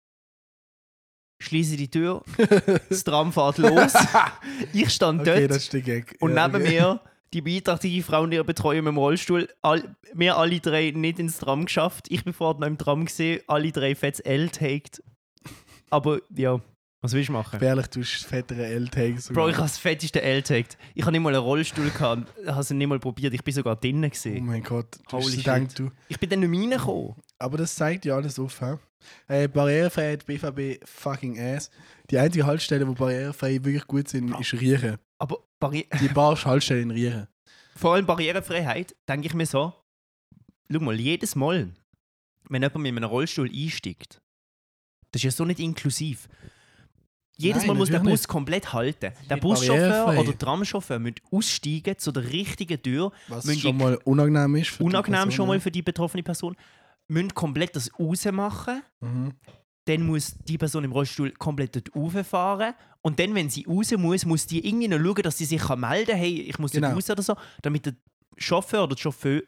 schließe die Tür, das Tram fährt los, ich stand dort das ist der Gag. und neben mir die beeinträchtigte Frau und ihre Betreuung im Rollstuhl. Wir alle drei nicht ins Tram geschafft. Ich bin vorher noch im Tram gesehen, alle drei fettes L-taked. Aber ja, was willst du machen? Ehrlich, du hast fettere L-Tags. Bro, ich habe das fetteste L-taked. Ich habe nicht mal einen Rollstuhl gehabt, habe es nicht mal probiert. Ich bin sogar drinnen Oh gesehen. mein Gott, du Holy hast shit. gedacht, du. Ich bin dann nicht mehr reingekommen. Aber das zeigt ja alles auf. Barrierefreiheit, BVB, fucking ass. Die einzige Haltestelle, wo barrierefrei wirklich gut sind, ist Riechen. Aber Die Haltestelle in Riechen. vor allem Barrierefreiheit, denke ich mir so, schau mal, jedes Mal, wenn jemand mit einem Rollstuhl einsteigt, das ist ja so nicht inklusiv. Jedes Nein, Mal muss der natürlich Bus komplett halten. Der Nicht Buschauffeur barrierefrei. oder Tramchauffeur muss aussteigen zu der richtigen Tür. Was Müssen schon die- mal unangenehm ist. Für die Unangenehm Person, schon mal ja. für die betroffene Person. Müssen komplett das rausmachen. Mhm. Dann muss die Person im Rollstuhl komplett dort rauffahren. Und dann, wenn sie raus muss die irgendwie noch schauen, dass sie sich melden kann, hey, ich muss dort Genau. raus oder so, damit der Chauffeur oder die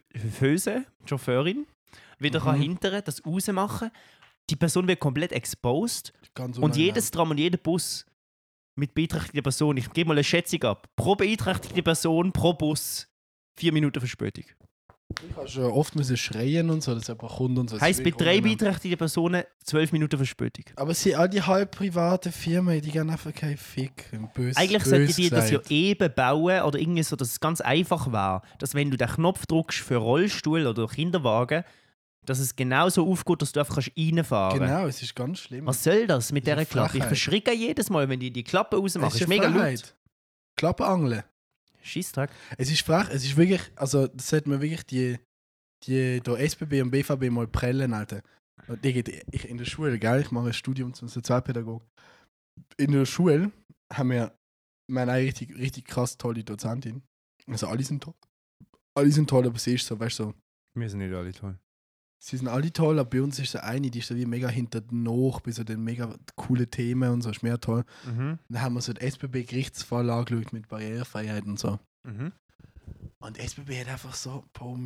Chauffeurin wieder kann hintern, das rausmachen. Die Person wird komplett exposed. Ganz Und unangenehm. jedes Tram und jeder Bus mit beeinträchtigter Person, ich gebe mal eine Schätzung ab, pro beeinträchtigte Person, pro Bus 4 Minuten Verspätung. Ich habe schon oft müssen schreien und so, dass jemand kommt und so. Das Heisst, ist bei wirklich 3 unangenehm. beeinträchtigten Personen 12 Minuten Verspätung. Aber sie all die halb privaten Firmen, die gehen einfach keinen Fick. Bös, Eigentlich bös sollten die das ja gesagt. eben bauen oder irgendwie so, dass es ganz einfach war, dass wenn du den Knopf drückst für Rollstuhl oder Kinderwagen, dass es genauso aufgeht, dass du einfach reinfahren kannst. Genau, es ist ganz schlimm. Was soll das mit Das ist dieser eine Klappe? Ich Frechheit. verschrecke jedes Mal, wenn die Klappe rausmachen. Es Das ist eine mega Frechheit. laut. Klappenangeln. Scheissdreck. Es ist frech, es ist wirklich, also das sollte man wirklich die der SBB und BVB mal prellen, Alter. Und ich in der Schule, gell, ich mache ein Studium zum Sozialpädagogen. In der Schule haben wir eine richtig, richtig krass tolle Dozentin. Also alle sind toll. Alle sind toll, aber sie ist so, weißt du, so, Wir sind nicht alle toll. sie sind alle toll, aber bei uns ist so eine, die ist so wie mega hinter noch bei so den mega coolen Themen und so, ist mehr toll. Mhm. Dann haben wir so den SBB-Gerichtsfall angeschaut mit Barrierefreiheit und so. Mhm. Und SBB hat einfach so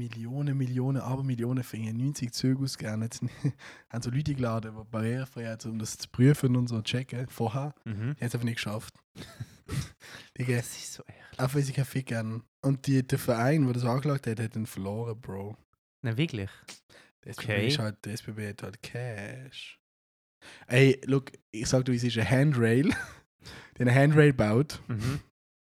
Millionen Finger, 90 Züge ausgegeben. Jetzt haben so Leute geladen, die Barrierefreiheit, um das zu prüfen und so zu checken, vorher. Mhm. Die haben es einfach nicht geschafft. Digga, Das ist so echt. auch weil sie keinen Fick haben. Und der Verein, der das angeklagt hat, hat dann verloren, Bro. Nein, wirklich? Der SBB, Okay. der SBB hat halt Cash. Ey, look, ich sag dir, es ist eine Handrail. Die haben eine Handrail gebaut. Mhm.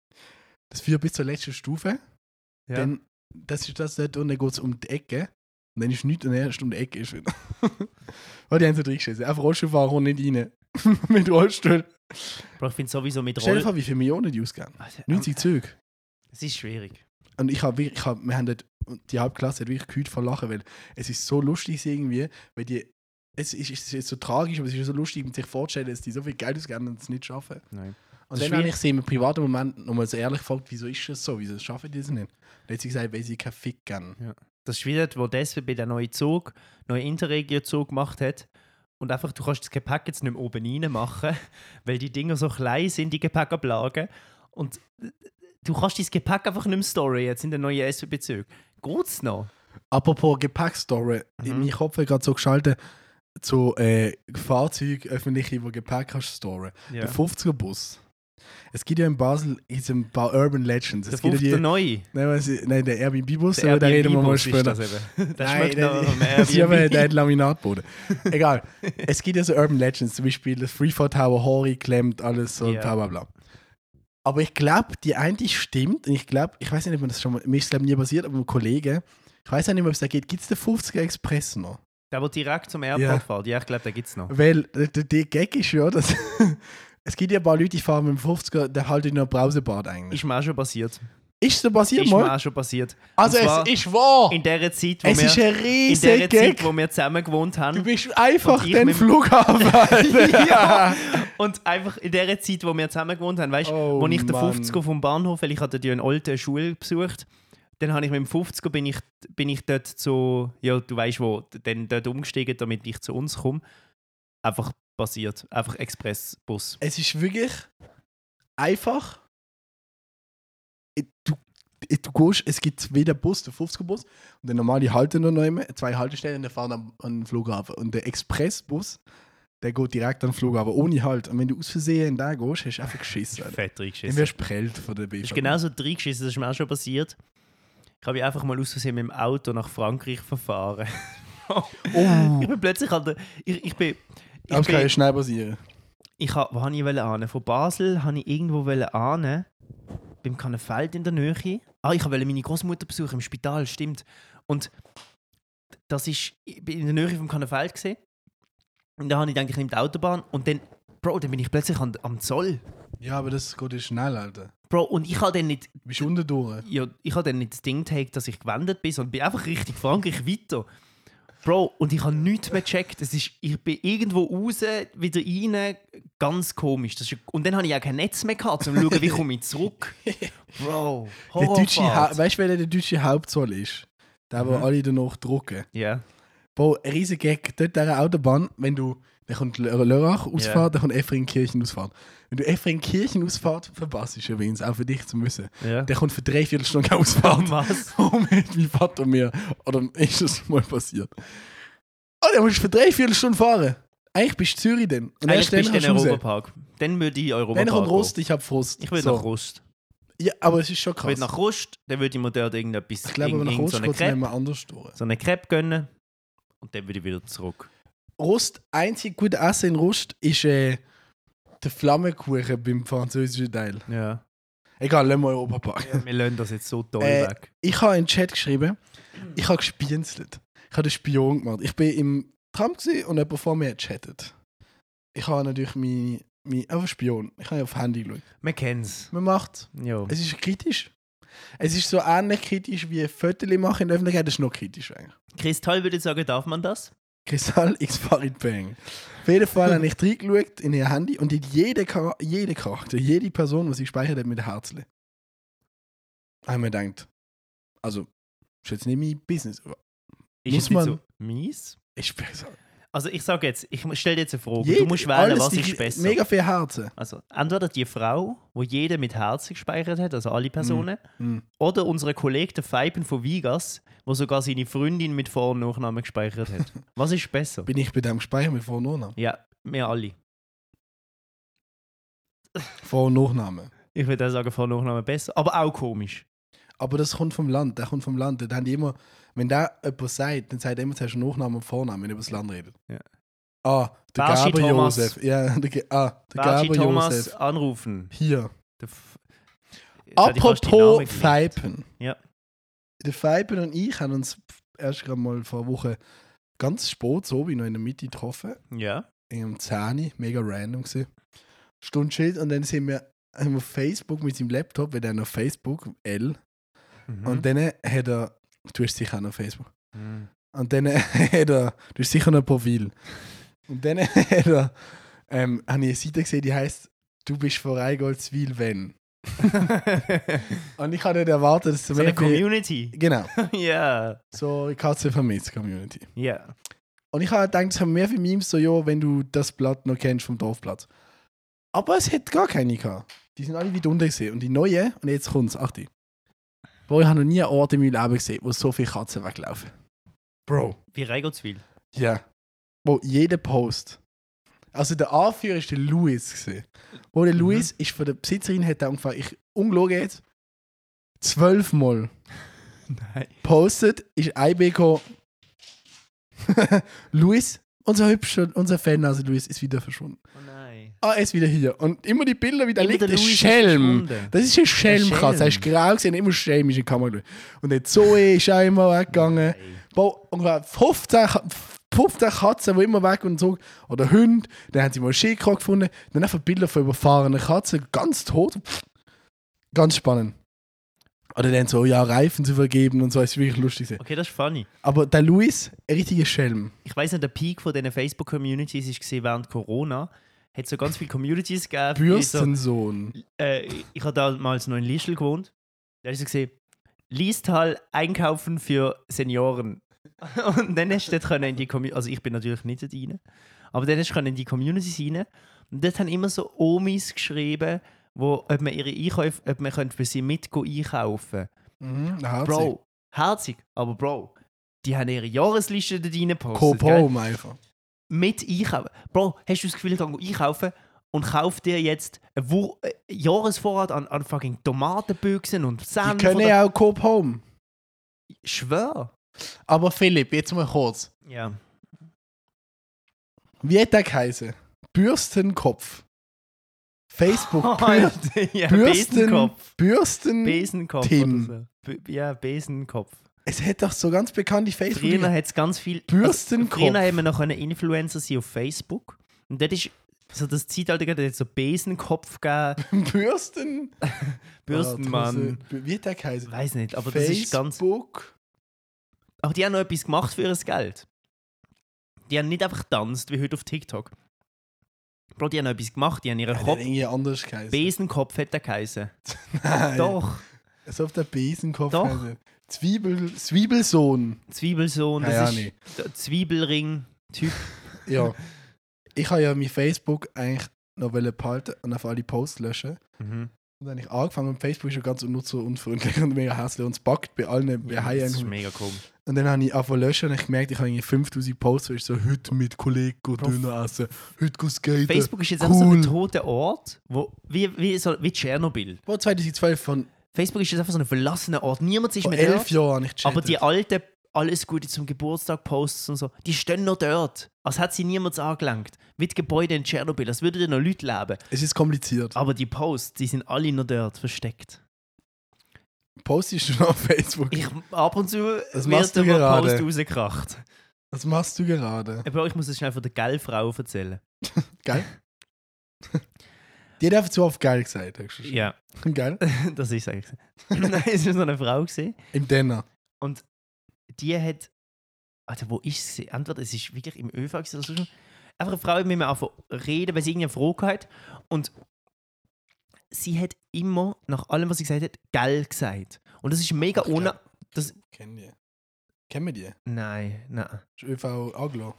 Das führt bis zur letzten Stufe. Ja. Dann, das ist das dort und dann geht es um die Ecke. Und dann ist nichts und erst um die Ecke ist wieder. Oh, die haben so reingeschissen. Einfach Rollstuhlfahrer und nicht rein. Mit Rollstuhl. Bro, ich finde sowieso mit Stell dir Roll... vor, wie viele Millionen die ausgeben. Also, 90 Züge. Es ist schwierig. Und wir haben dort, die Halbklasse hat wirklich gehüllt vor Lachen, weil es ist so lustig irgendwie, weil es ist so tragisch, aber es ist so lustig, mit sich vorzustellen, dass die so viel Geld ausgeben und es nicht schaffen. Nein. Und Das ist dann habe ich sie im privaten Moment nochmal so ehrlich gefragt, wieso ist das so, wieso schaffen die das nicht? Dann hat sie gesagt, weil sie keinen Fick geben. Das ist wieder, wo der SBB den neuen Interregio-Zug gemacht hat. Und einfach, du kannst das Gepäck jetzt nicht mehr oben rein machen, weil die Dinger so klein sind, die Gepäckablagen. Und du kannst dein Gepäck einfach nicht mehr storen jetzt in den neuen SBB-Zügen. Geht's noch? Apropos Gepäckstory, in meinem Kopf hat gerade so geschaltet, zu Fahrzeuge, öffentliche, wo Gepäck kannst storen. Ja. Der 50er-Bus. Es gibt ja in Basel ein paar Urban Legends. Der Es gibt ja 50. Neue. nein, der Airbnb-Bus, Der da reden wir mal Airbnb-Bus ist später. das eben. Das Nein, schmeckt nach einem der Airbnb. hat Laminatboden. Egal. Es gibt ja so Urban Legends, zum Beispiel das Freeford Tower, Hori, klemmt, alles so, Ja. bla bla bla. Aber ich glaube, die eine stimmt. Und ich glaube, ich weiß nicht, ob man das schon mal, mir ist es nie passiert, aber ein Kollege, ich weiß auch nicht mehr, ob es da geht. Gibt es den 50er Express noch? Der, der direkt zum Airport Ja. fährt. Ja, ich glaube, den gibt es noch. Weil der Gag ist ja, dass es gibt ja ein paar Leute, die fahren mit dem 50er, der haltet noch ein Brausebad eigentlich. Ist mir auch schon passiert. Ist das passiert Ist mir mal? auch schon passiert. Also Und zwar es ist wahr! in der Zeit, wo Es ist ein in riesiger der Gag. Zeit, wo wir zusammen gewohnt haben. Du bist einfach Und ich den mit- Flughafen, Alter. Ja. Und einfach in der Zeit, wo wir zusammen gewohnt haben, weißt du, Oh, wo ich den Mann. 50er vom Bahnhof, weil ich hatte ja eine alte Schule besucht, dann habe ich mit dem 50er bin ich dort so, ja, du weißt wo, dann dort umgestiegen, damit ich zu uns komme. einfach passiert. Einfach Expressbus. Es ist wirklich einfach. Du gehst, es gibt weder Bus, der 50er-Bus und der normale halten noch immer, 2 Haltestellen, der fahren an den Flughafen. Und der Expressbus, der geht direkt an den Flughafen, ohne Halt. Und wenn du aus Versehen da gehst, hast du einfach geschissen. Fett Dann reingeschissen. wirst du prellt von der BVG. Das ist genauso reingeschissen, das ist mir auch schon passiert. Ich habe mich einfach mal aus Versehen mit dem Auto nach Frankreich verfahren. Oh, Ich bin plötzlich an der... das kann ja schnell passieren. Wo wollte ich hin? Von Basel wollte ich irgendwo hin. Beim Kannenfeld in der Nähe. Ich wollte meine Großmutter besuchen im Spital, stimmt. Und ich bin in der Nähe vom Kannenfeld gesehen. Und dann habe ich gedacht, ich nehme die Autobahn. Und dann, Bro, dann bin ich plötzlich am Zoll. Ja, aber das geht ja schnell, Alter. Bro, und ich habe dann nicht... Du bist unten durch. Ja, ich habe dann nicht das Ding gehabt, dass ich gewendet bin, sondern bin einfach Richtung Frankreich weiter. Bro, und ich habe nichts mehr gecheckt. Ich bin irgendwo raus, wieder rein, ganz komisch. Und dann habe ich auch kein Netz mehr gehabt, um zu schauen, wie komme ich zurück. Bro, weißt du, wer der deutsche Hauptzoll ist? Der, wo alle danach drucken. Ja. Bro, ein riesiger Gag. Dort an der Autobahn, wenn du... Dann kommt Lörrach-Ausfahrt, dann kommt Efringkirchen-Ausfahrt. Wenn du Efringkirchen-Ausfahrt verpasst, ist übrigens auch für dich zu müssen. Ja. Der kommt für 3/4 Stunden Ausfahrt. Was? Oh, wie Vater mir. Oder ist das mal passiert? Oh, der musst für 3/4 Stunden fahren. Eigentlich bist du Zürich dann. Und Eigentlich bist du in raus. Europapark. Dann würde ich Europapark Dann kommt gehen. Rust, ich hab Frust. Ich will So. nach Rust. Ja, aber es ist schon Ich will krass. nach Rust, dann würde ich mir dort irgendetwas... Ich glaube, aber nach Rust geht es nicht mehr anders durch. So eine Crepe gönnen. Und dann würde ich wieder zurück. Rust, einzig gute Essen in Rust ist der Flammenkuchen beim französischen Teil. Ja. Egal, lassen wir Europapark. Wir lassen das jetzt so toll weg. Ich habe in den Chat geschrieben, ich habe gespienzelt. Ich habe den Spion gemacht. Ich bin im Tram und jemand vor mir hat gechattet. Ich habe natürlich einfach Spion. Ich habe auf Handy geschaut. Man kennt es. Man macht. Ja. Es ist kritisch. Es ist so ähnlich kritisch wie Fotos machen in der Öffentlichkeit. Das ist noch kritisch eigentlich. Kristall würde ich sagen, darf man das? Kristall X Farid Bang. Auf jeden Fall habe ich reingeschaut in ihr Handy und jede Charakter, jede Person, die sie gespeichert hat, mit Herzle. Da habe ich mir gedacht, also, ist jetzt nicht mein Business. Aber Ist muss es man. nicht so mies? Ist besser. Also ich sage jetzt, ich stelle dir jetzt eine Frage. Du musst wählen, was ist besser. Mega viel Herzen. Also entweder die Frau, wo jede mit Herzen gespeichert hat, also alle Personen, Mm. oder unsere Kollege der Feipen von Vigas, wo sogar seine Freundin mit Vor- und Nachnamen gespeichert hat. Was ist besser? Bin ich bei dem Speicher mit Vor- und Nachnamen? Ja, wir alle. Vor- und Nachnamen. Ich würde auch sagen, Vor- und Nachnamen besser, aber auch komisch. Aber das kommt vom Land. Der kommt vom Land. Da haben die immer, wenn der jemand sagt, dann sagt er immer zuerst Nachnamen und Vornamen, wenn er über das Land redet. Ja. Ah, der Barschi Gaber Thomas. Josef. Ja, der Barschi Gaber Thomas Josef. anrufen. Hier. Jetzt hätte ich fast die Namen Apropos gelernt. Feipen. Ja. Der Feipen und ich haben uns erst gerade mal vor einer Woche ganz spät, so wie noch in der Mitte getroffen. Ja. In einem 10, mega random gewesen. Stunde Schild und dann haben wir auf Facebook mit seinem Laptop, weil er auf Facebook, L. Mhm. Und dann hat er, du hast sicher auch noch Facebook. Mhm. Und dann hat er, du hast sicher noch ein Profil. Und dann hat er, habe ich eine Seite gesehen, die heisst, du bist von Reigoldswil, wenn. Und ich habe nicht erwartet, dass so eine Community. Genau, Ja. so eine Katze vermisst Community. Ja. Und ich habe gedacht, es haben mehr für Memes so, ja, wenn du das Blatt noch kennst vom Dorfplatz. Aber es hat gar keine gehabt. Die sind alle wieder unten gesehen. Und die neue, und jetzt kommt's, achte. Bro, ich habe noch nie einen Ort in meinem Leben gesehen, wo so viele Katzen weglaufen. Bro. Wie Reigoldswil. Ja. Bro, jeder Post. Also der Anführer ist der Louis gesehen. Wo der Louis ist von der Besitzerin, hat er ungefähr, ich ungelogen jetzt, 12 Mal Nein. postet, ist IBK Louis, unser Fan, also Louis, ist wieder verschwunden. Oh nein. Ah, er ist wieder hier. Und immer die Bilder, wie da Immer liegt, der ein Louis ist Schelm. verschwunden. Das ist ein Schelmkatze. Er ist grau gesehen, immer Schelm ist in die Kamera geschaut. Und der Zoe ist auch immer weggegangen. Bro, ungefähr 15 Katzen, die immer weg und so. Oder Hunde. Dann haben sie mal einen Schildkröte gefunden. Dann einfach Bilder von überfahrenen Katzen, ganz tot. Ganz spannend. Oder dann so, ja, Reifen zu vergeben und so, ist wirklich lustig. Okay, das ist funny. Aber der Louis, ein richtiger Schelm. Ich weiss nicht, der Peak von diesen Facebook-Communities war während Corona. Hat so ganz viele Communities gegeben. Bürstensohn. Ich habe damals noch in Lischl gewohnt. Da habe ich so gesehen, Liestal einkaufen für Senioren. Und dann hast du dort können in die Community, also ich bin natürlich nicht dort rein, Aber dann hast du in die Community rein und dort haben immer so Omis geschrieben, ob man ihre Einkäufe, ob man für sie einkaufen. Herzig. Bro, herzig, aber Bro, die haben ihre Jahresliste da rein gepostet. Coop Home einfach. Mit einkaufen. Bro, hast du das Gefühl, ich kann einkaufen und kauf dir jetzt einen Jahresvorrat an fucking Tomatenbüchsen und Senf? Die können ja auch Coop Home. Schwör. Aber Philipp, jetzt mal kurz. Ja. Wie hat der geheißen? Bürstenkopf. Facebook. Ja, Besenkopf. Besenkopf. Tim. Oder so. Ja, Besenkopf. Es hat doch so ganz bekannte Facebook. Früher hat es ganz viel. Bürstenkopf. Früher haben wir noch Influencer sein auf Facebook. Und das ist so das Zeitalter, da hat es so Besenkopf gegeben. Bürstenmann. Wie hat der geheißen? Weiß nicht, aber Facebook. das ist ganz. Aber die haben noch etwas gemacht für ihr Geld. Die haben nicht einfach getanzt wie heute auf TikTok. Bro, die haben noch etwas gemacht, die haben ihren Kopf. Irgendwie anders geheißen. Besenkopf hat der geheißen. Nein. Doch. So auf der Besenkopf Doch. geheißen. Zwiebelsohn. Zwiebelsohn, das Ja, ist nee. der Zwiebelring-Typ. Ja. Ich habe ja mein Facebook eigentlich noch behalten und auf alle Posts löschen. Mhm. Und dann habe ich angefangen und Facebook ist ja ganz nutzerunfreundlich und mega hässlich und es buggt bei allen. Ja, das ist mega cool. Und dann habe ich angefangen löschen und ich gemerkt, ich habe irgendwie 5000 Posts, wo ich so, heute mit Kollegen Döner essen, heute skaten. Facebook ist jetzt einfach so ein toter Ort, wo, wie Tschernobyl. Wo 2012 von Facebook ist jetzt einfach so ein verlassener Ort. Niemand ist vor mehr 11 dort. Jahren habe ich gechattet. Aber die alten, alles Gute zum Geburtstag Posts und so, die stehen noch dort. Als hätte sie niemand angelangt. Wie die Gebäude in Tschernobyl, als würden da noch Leute leben. Es ist kompliziert. Aber die Posts, die sind alle noch dort versteckt. Postest du noch auf Facebook? Ab und zu Das wird machst du aber gerade. Post rausgekracht. Was machst du gerade? Aber ich muss das schnell von der Geilfrau erzählen. Geil? Die hat einfach zu oft geil gesagt. Hast du schon. Ja, Geil? das ist eigentlich. Nein, es war so eine Frau gesehen. Im Denner. Und die hat. Alter, wo ist sie? Entweder es ist wirklich im ÖV oder so. Einfach eine Frau mit mir einfach reden, weil sie irgendeine Frage hat. Und sie hat immer, nach allem, was sie gesagt hat, geil gesagt. Und das ist mega Ach, ohne. geil. Das, Kennen die? Kennen wir die? nein. Das ist ÖV Aglo.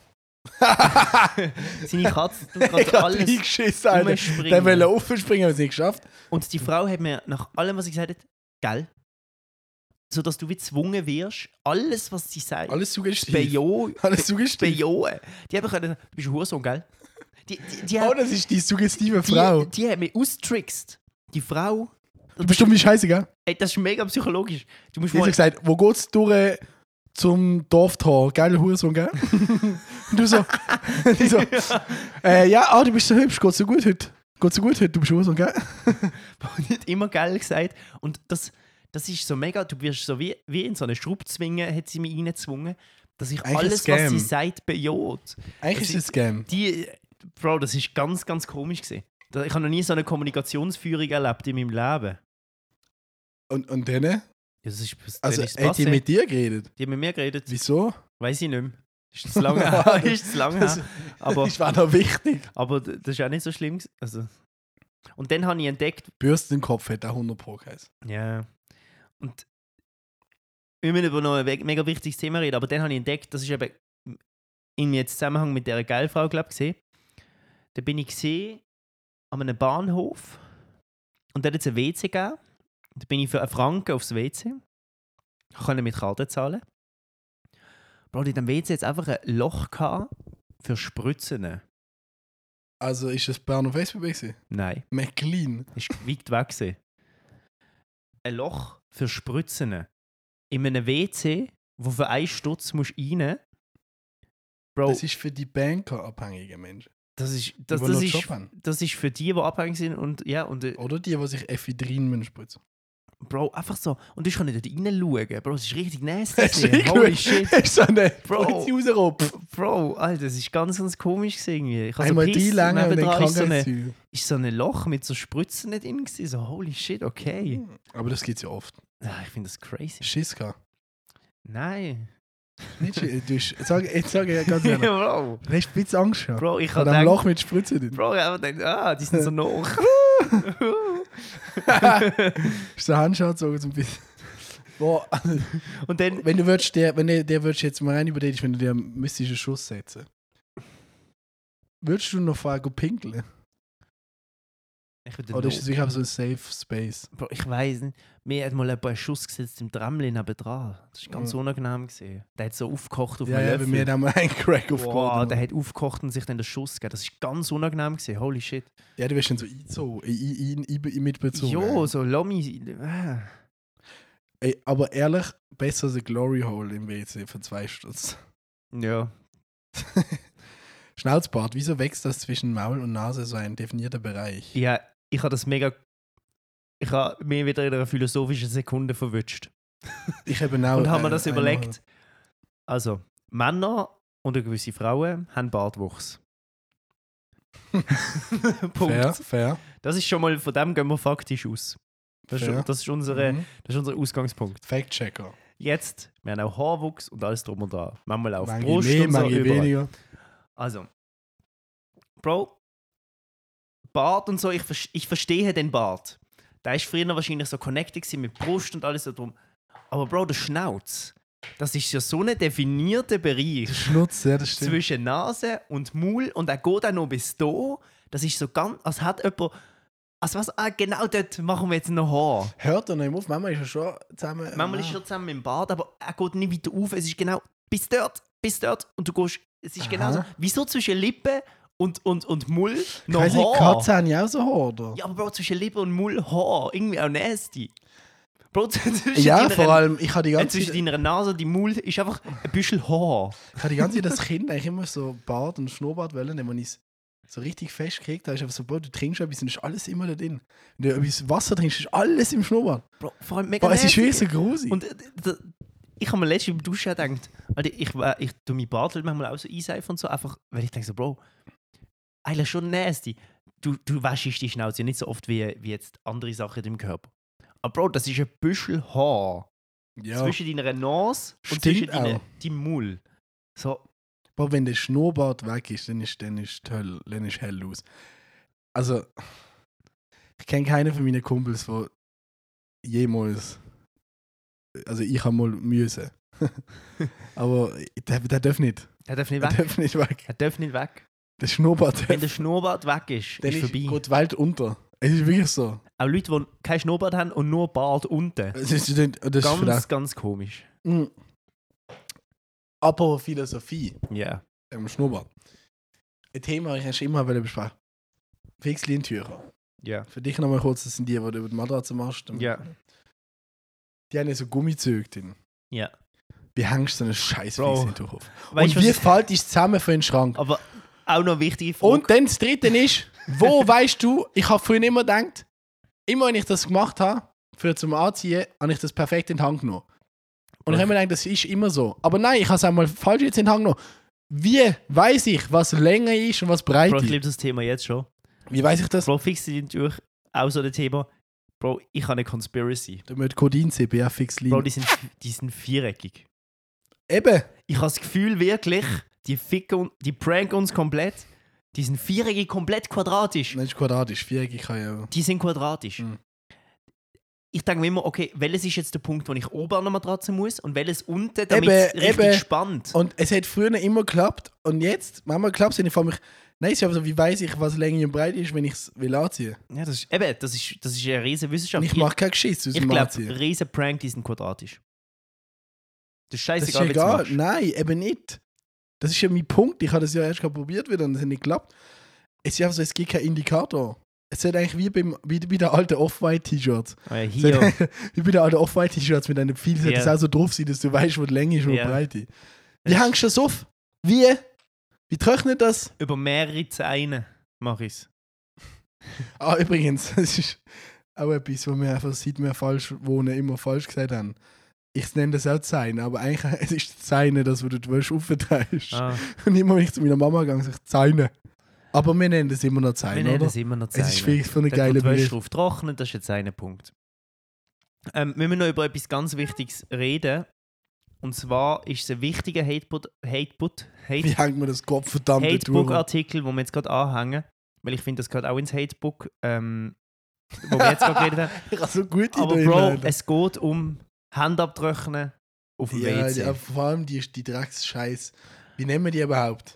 Seine Katze tut gerade alles eingeschissen, Alter. umspringen. Der will aufspringen, aber es nicht geschafft. Und die Frau hat mir nach allem, was sie gesagt hat, geil. Sodass du wie gezwungen wirst, alles, was sie sagt, Alles suggestiv. zu Alles suggestiv. bejahen. Die haben können, du bist ein Hurensohn, gell? Die Oh, das ist die suggestive Frau. Die hat mich austrickst. Die Frau. Du bist dumm wie Scheiße, gell? Ey, das ist mega psychologisch. Du musst Die hat mal, gesagt, wo geht's durch zum Dorftor? Geiler Hurensohn, gell? Und du so, die so ja, du bist so hübsch, geht's so gut heute? Geht's so gut heute? Du bist Hurensohn, gell? die hat immer geil gesagt. Und das ist so mega, du wirst so wie in so eine Schraubzwinge, hat sie mich reingezwungen, dass ich Eigentlich alles, ein was Scam. sie sagt, bejaht. Eigentlich ist es ein Scam. Bro, das ist ganz, ganz komisch gewesen. Ich habe noch nie so eine Kommunikationsführung erlebt in meinem Leben. Und dann? Ja, das ist, Also, dann ist hat die passé. mit dir geredet? Die haben mit mir geredet. Wieso? Weiß ich nicht mehr. Ist zu lange her. Ist zu lange her. Aber, Das war noch wichtig. aber das ist auch nicht so schlimm. Also. Und dann habe ich entdeckt, Bürstenkopf hat auch 100 Pro geheißen. ja. Und wir müssen über noch ein mega wichtiges Thema reden, aber dann habe ich entdeckt, das ist eben in jetzt Zusammenhang mit dieser Geilfrau, glaube ich, gesehen. Da bin ich gesehen an einem Bahnhof und da hat es ein WC gegeben. Da bin ich für einen Franken aufs WC. Ich konnte mit Karte zahlen. Bro, in dem WC jetzt einfach ein Loch gehabt für Spritzen. Also ist das Bern auf Facebook gewesen? Nein, McLean. ist weit weg gewesen. Ein Loch für Spritzen. In einem WC, wo für 1 Stutz musst rein. Bro, Das ist für die Banker abhängige Menschen. das ist die noch Job haben. das ist für die abhängig sind und ja, und Oder die sich Ephedrin spritzen. Bro, einfach so. Und du kannst nicht dort reinschauen. Bro, es ist richtig nasty. Hast du gewesen. Holy shit. Hast du so eine Bro. Polizei rausgehoben? Bro, Alter, das ist ganz, ganz komisch gewesen irgendwie. Ich habe Einmal so die gepisst lange und dann nebendran ist Krankheitszeug. ist so ein Loch mit so Spritzen nicht drin gewesen. So, holy shit, okay. Aber das gibt's ja oft. Ah, ich finde das crazy. Schiss gehabt. Nein. Nicht Schiss. Jetzt sage ich ganz ehrlich. Bro. Du hast ein bisschen Angst gehabt. Bro, ich Vor habe dem gedacht, Loch mit Spritze drin. Bro, ich habe gedacht, die sind so noch. Hast du den Handschuh angezogen zum bisschen. Boah, Und dann, wenn du würdest, der würdest jetzt mal rein über den, wenn du dir müsstest einen Schuss setzen. Würdest du noch fragen, pinkeln? Oder ist es wirklich so ein Safe Space? Bro, ich weiss nicht. Mir hat mal jemand einen Schuss gesetzt im Tramlin nebendran. Das war ganz unangenehm gesehen. Der hat so aufgekocht auf einem Ja, Löffel. bei mir hat auch mal einen Crack Wow, aufgeholt. der hat aufgekocht und sich dann den Schuss gegeben. Das war ganz unangenehm gesehen. Holy shit. Ja, du wirst dann so mitbezogen. Jo, so Lomi. Ey, aber ehrlich, besser als ein Glory Hole im WC für 2 Stutz. Ja. Schnauzbart, wieso wächst das zwischen Maul und Nase so ein definierter Bereich? Ja, ich habe das mega. Ich habe mich wieder in einer philosophischen Sekunde verwünscht. Ich habe auch. Und haben mir das überlegt. Also, Männer und eine gewisse Frauen haben Bartwuchs. Punkt. Fair. Das ist schon mal, von dem gehen wir faktisch aus. Das ist unser Ausgangspunkt. Fact-Checker. Jetzt, wir haben auch Haarwuchs und alles drum und dran. Manchmal auf Manche Brust mehr, und so manche überall. weniger. Also, Bro, Bart und so, ich verstehe den Bart. Der ist früher wahrscheinlich so connected mit Brust und alles so drum. Aber Bro, der Schnauz, das ist ja so ein definierter Bereich Schnutz, ja, das stimmt. zwischen Nase und Maul und er geht auch noch bis da. Das ist so ganz, als hat jemand, also was, genau dort machen wir jetzt noch Haar. Hört er noch auf? Manchmal ist er schon zusammen. Manchmal ist er zusammen im Bad, aber er geht nicht weiter auf. Es ist genau bis dort und du gehst, es ist genau so, wieso zwischen Lippen und Maul noch Weiss nicht, Haar? Katzen haben ja auch so Haar, oder? Ja, aber Bro, zwischen Lippen und Maul Haar, irgendwie auch nasty. Bro, Ja, vor allem, ich habe die ganze zwischen Zeit, deiner Nase und deinem Maul ist einfach ein bisschen Haar. ich habe die ganze Zeit das Kind eigentlich immer so Bart und Schnurrbart wollen, wenn man es so richtig festkriegt, da ist einfach so, Bro, du trinkst etwas und ist alles immer da drin. Wenn du etwas Wasser trinkst, ist alles im Schnurrbart. Bro, vor allem mega Boah, es ist nasty. wirklich so grusig. Und ich habe mir letztens beim Duschen gedacht, Alter, ich tue meinen Bart halt manchmal auch so einseifen und so, einfach, weil ich denke so, Bro, eigentlich schon nasty. Du wäschst die Schnauze ja nicht so oft wie jetzt andere Sachen in deinem Körper. Aber Bro, das ist ein Büschel Haar ja. zwischen deiner Nase und Stimmt zwischen auch. deinem Maul. So, Boah, wenn der Schnurrbart weg ist, dann ist hell aus. Also, ich kenne keinen von meinen Kumpels, der jemals. Also, ich habe mal müssen. Aber der darf nicht. der darf nicht Der weg. darf nicht weg. Er darf nicht weg. Der Schnurrbart Wenn der Schnurrbart weg ist, dann ist vorbei. geht die Welt unter. Es ist wirklich so. Auch Leute, die keinen Schnurrbart haben und nur Bart unten. Das ist Ganz, vielleicht. ganz komisch. Mhm. Aber Philosophie Ja. im Schnurrbart. Ein Thema, das ich schon immer besprechen. Fixlintücher. Ja. Für dich nochmal kurz, das sind die du über die Matratze machst. Ja. Die haben ja so Gummizüge drin. Ja. Wie hängst du so einen scheiß Bro. Fixlintuch auf? Weißt Und du, wie was- fällt es zusammen für den Schrank? Aber auch noch eine wichtige Frage. Und dann das Dritte ist, wo weißt du, ich habe früher immer gedacht, immer wenn ich das gemacht habe, für zum Anziehen, habe ich das perfekt in die Hand genommen. Und ich habe mir gedacht, das ist immer so. Aber nein, ich habe es einmal falsch jetzt in die Hand genommen. Wie weiß ich, was länger ist und was breit Bro, ich ist? liebe das Thema jetzt schon. Wie weiß ich das? Bro, fix sind durch auch so ein Thema. Bro, ich habe eine Conspiracy. Du musst Codin CBA Fixlin. Bro, die sind viereckig. Eben. Ich habe das Gefühl wirklich, die pranken uns komplett. Die sind viereckig, komplett quadratisch. Das ist quadratisch. Viereckig kann ja. Die sind quadratisch. Mhm. Ich denke mir immer, okay, welches ist jetzt der Punkt, wo ich oben an der Matratze muss und welches unten, damit es Eben, richtig eben. spannt. Und es hat früher immer geklappt. Und jetzt, manchmal klappt es nicht. Ich frage mich, nein, es ist aber so, wie weiß ich, was länger und breit ist, wenn ich es will anziehen? Ja, das ist eine riesige Wissenschaft. Und ich mache keinen Geschiss aus Ich dem glaube, Anziehen. riesen Prank, die sind quadratisch. Das ist Das ist scheißegal, wie du es egal. machst. Nein, eben nicht. Das ist ja mein Punkt. Ich habe das ja erst gerade probiert wieder und es hat nicht geklappt. Es ist einfach so, es gibt keinen Indikator. Es ist eigentlich wie bei den alten Off-White-T-Shirts. Hier. Wie bei den alten Off-White-T-Shirts mit einem Pfeil, Ja. das auch so drauf sieht, dass du weißt, wo die Länge ist und die Ja. Breite. Wie hängst du das auf? Wie? Wie trocknet das? Über mehrere Zähne mache ich es. Ah, übrigens, das ist auch etwas, wo wir einfach, seit wir falsch wohnen, immer falsch gesagt haben. Ich nenne das auch Zeine, aber eigentlich es ist Zeine, das, wo du die Wäsche aufteilst. Ah, Und immer wenn ich zu meiner Mama gehe, sage ich Zeine. Aber wir nennen das immer noch wir Zeine, nennen oder? es immer noch Es Zähne. ist wirklich für eine Dort, wo geile die Wäsche Begriff. drauf trocknet, das ist jetzt ein Punkt. Wir müssen noch über etwas ganz Wichtiges reden. Und zwar ist es ein wichtiger Wie hängt man das Kopfverdammte durch? Hatebook-Artikel, den wir jetzt gerade anhängen. Weil ich finde, das gehört auch ins Hatebook, wo wir jetzt gerade geredet haben. Ich habe so gute Aber Ideen, Bro, Alter. es geht um Handabtrocknen auf dem Ja, WC. vor allem die Drecksscheiß. Wie nennen wir die überhaupt?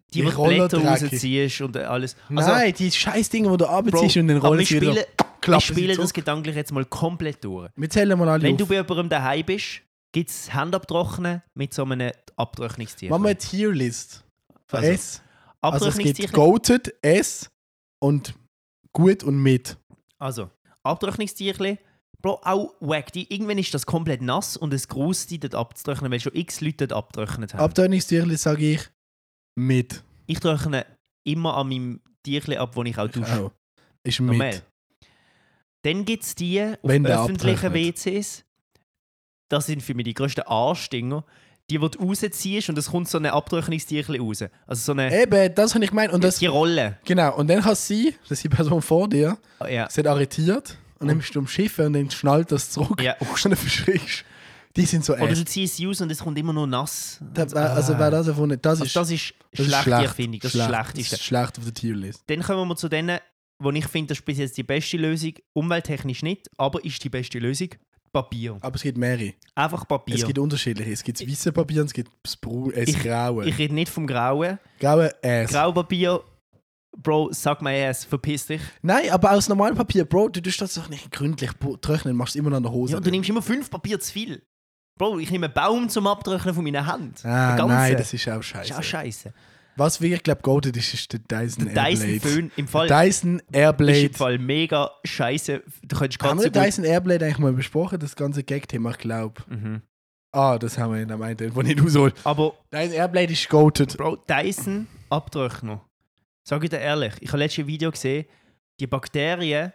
die du Blätter rausziehst und alles. Also, nein, die scheiß Dinge, die du abziehst und den aber rollst wir wieder. spielen das gedanklich jetzt mal komplett durch. Wir zählen mal alle Wenn auf. du bei jemandem daheim bist, gibt es Handabtrocknen mit so einem Abtrocknungstierchen. Machen wir eine Tierlist von Also, S. Also es gibt Abtrocknungstierchen. Goated, S und gut und mit. Also, Abtrocknungstierchen. Bro, auch wack. Irgendwann ist das komplett nass und es grußt die dort abzutrocknen, weil schon x Leute dort abgetrocknet haben. Abtönungstierchen sage ich mit. Ich trockne immer an meinem Tierchen ab, wo ich auch dusche. Auch. Ist Normal. mit. Dann gibt es die auf Wenn der öffentlichen abtrocknet. WCs. Das sind für mich die grössten Arschdinger. Die, die du rausziehst und es kommt so ein Abtrocknungstierchen raus. Also so eine... Eben, das habe ich gemeint. Und das, die Rolle. genau, und dann kann es sein, dass die Person vor dir Ja. sie hat arretiert und dann bist du am Schiffen und dann schnallt das zurück Ja. und dann verschreckst. Die sind so Oder echt. du ziehst sie aus und es kommt immer nur nass. Also wer das erfunden das ist das ist das ist schlechte schlecht. Erfindung. Das ist das Das Schlechteste. ist schlecht auf der Tierlist. Dann kommen wir zu denen, wo ich finde, das ist bis jetzt die beste Lösung. Umwelttechnisch nicht, aber ist die beste Lösung. Papier. Aber es gibt mehrere. Einfach Papier. Es gibt unterschiedliche. Es gibt das weiße Papier und es gibt das graue. Ich rede nicht vom Grauen. Graue Ass. Graupapier, Bro, sag my ass, verpiss dich. Nein, aber aus normalem Papier, Bro, du tust das doch nicht gründlich trocknen, machst es immer noch an der Hose. Ja, und du nimmst immer 5 Papier zu viel. Bro, ich nehme einen Baum zum Abtrocknen von meiner Hand. Ah, Den ganzen. nein, das ist auch Das scheiße. ist auch scheiße. Was wir, glaube ich, goated ist der Dyson Der Airblade. Dyson-Föhn im Fall Dyson ist Airblade. im Fall mega scheiße. Du könntest Haben ganz wir so den gut... Dyson Airblade eigentlich mal besprochen, das ganze Gag-Thema, ich glaube. Mhm. Ah, das haben wir in der Meinte, wo nicht rausholt. Aber, Dyson Airblade ist goated. Bro, Dyson Abtrockner. Sag ich dir ehrlich, ich habe letztes Video gesehen, die Bakterien,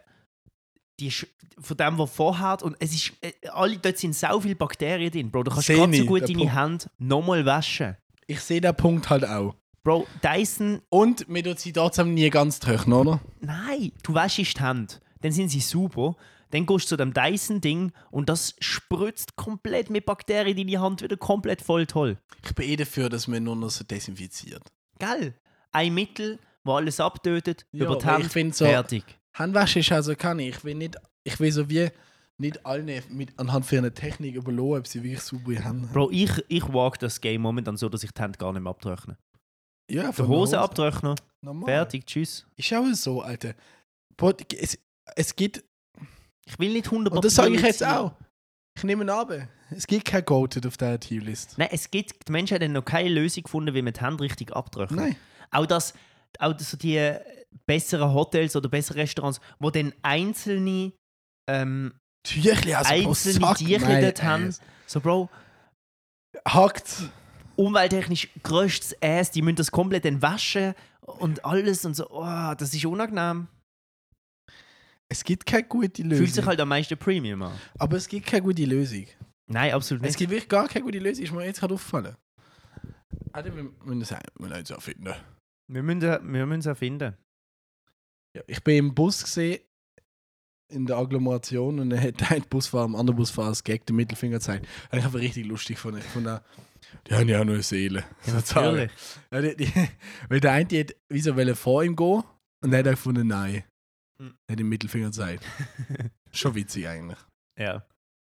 von dem, was vorhat, und es ist, dort sind so viele Bakterien drin. Bro, du kannst Seh gerade so ich, gut der deine Punkt. Hände nochmal waschen. Ich sehe den Punkt halt auch. Bro, Dyson, Und wir tun sie trotzdem nie ganz trocknen, oder? nein, du wäschst die Hände, dann sind sie super. Dann gehst du zu dem Dyson-Ding und das spritzt komplett mit Bakterien deine Hand wieder komplett voll toll. Ich bin dafür, dass man nur noch so desinfiziert. Gell? Ein Mittel, das alles abtötet, Ja, über die aber Hand, ich find so- fertig. Handwäsche ist also kann ich. Ich will so wie nicht alle anhand für eine Technik überlassen, ob sie wirklich saubere Hände haben. Bro, ich wage das Game momentan so, dass ich die Hände gar nicht mehr abtrockne. Ja, Die von Hose abtrocknen, Normal. fertig, tschüss. Ich schaue so, Alter. Bro, es gibt, Ich will nicht 100 und das sage ich Papier jetzt ziehen. auch, ich nehme ihn ab. Es gibt kein Goated auf dieser Tierlist. Nein, die Menschen haben noch keine Lösung gefunden, wie man die Hände richtig abtrocknet. Nein. Auch so die besseren Hotels oder besseren Restaurants, wo dann einzelne Tüchli, also einzelne Tierchen dort haben. So, Bro, Hackt. umwelttechnisch grösstes Ass, die müssen das komplett dann waschen und alles und so. Oh, das ist unangenehm. Es gibt keine gute Lösung. Fühlt sich halt am meisten Premium an. Aber es gibt keine gute Lösung. Nein, absolut Es nicht. gibt wirklich gar keine gute Lösung, ist mir jetzt gerade aufgefallen. Also, wir müssen es erfinden. Wir müssen es erfinden. Ja, ich bin im Bus gesehen, in der Agglomeration, und dann hat ein Busfahrer am anderen Busfahrer das Gag den Mittelfinger gezeigt. Und ich habe richtig lustig von der die haben ja auch nur eine Seele. Ja, natürlich. Ja, weil der eine hat wieso wollte vor ihm gehen und dann hat er gefunden, nein. Mhm. Er hat den Mittelfinger gezeigt. Schon witzig eigentlich. Ja.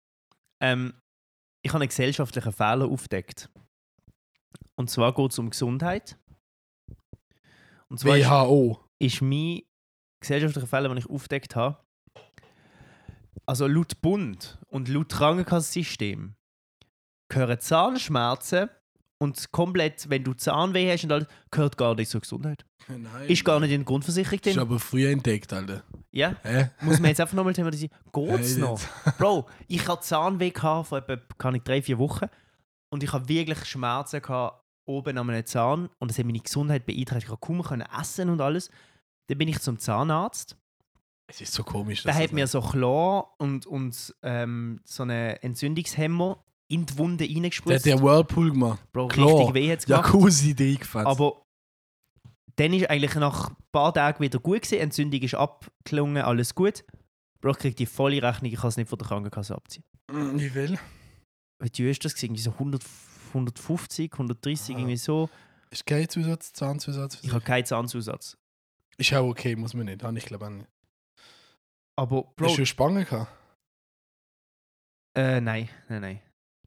Ich habe einen gesellschaftlichen Fehler aufgedeckt. Und zwar geht es um Gesundheit. Und zwar WHO. ist mein gesellschaftlicher Fehler, den ich aufgedeckt habe, also laut Bund und laut Krankenkassensystem gehören Zahnschmerzen und komplett, wenn du Zahnweh hast und alles, gehört gar nicht zur Gesundheit. Nein. Ist gar nicht in der Grundversicherung Das ist drin. aber früher entdeckt, Alter. Ja, Hä? muss man jetzt einfach nochmal thematisieren. Geht's Hey, noch? Bro, ich hatte Zahnweh vor etwa 3-4 Wochen und ich hatte wirklich Schmerzen oben an meinem Zahn und das hat meine Gesundheit beeinträchtigt. Ich konnte kaum essen und alles. Dann bin ich zum Zahnarzt. Es ist so komisch. Der hat mir so Chlor und so einen Entzündungshemmer in die Wunde der reingespritzt. hat der Whirlpool gemacht. Bro, Chlor. richtig weh hat's gemacht. Jacuzzi reingefasst. Aber dann ist eigentlich nach ein paar Tagen wieder gut gewesen. Entzündung ist abgelungen, alles gut. Bro, ich kriege die volle Rechnung, ich kann es nicht von der Krankenkasse abziehen. Wie viel? Wie teuer ist das gewesen? Irgendwie so 150, 130, Ah. irgendwie so. Ist kein Zusatz, Zahnzusatz? Ich habe keinen Zahnzusatz. Ist auch okay, muss man nicht. Habe ich glaube auch nicht. Aber, Bro, Hast du eine Spange gehabt? nein.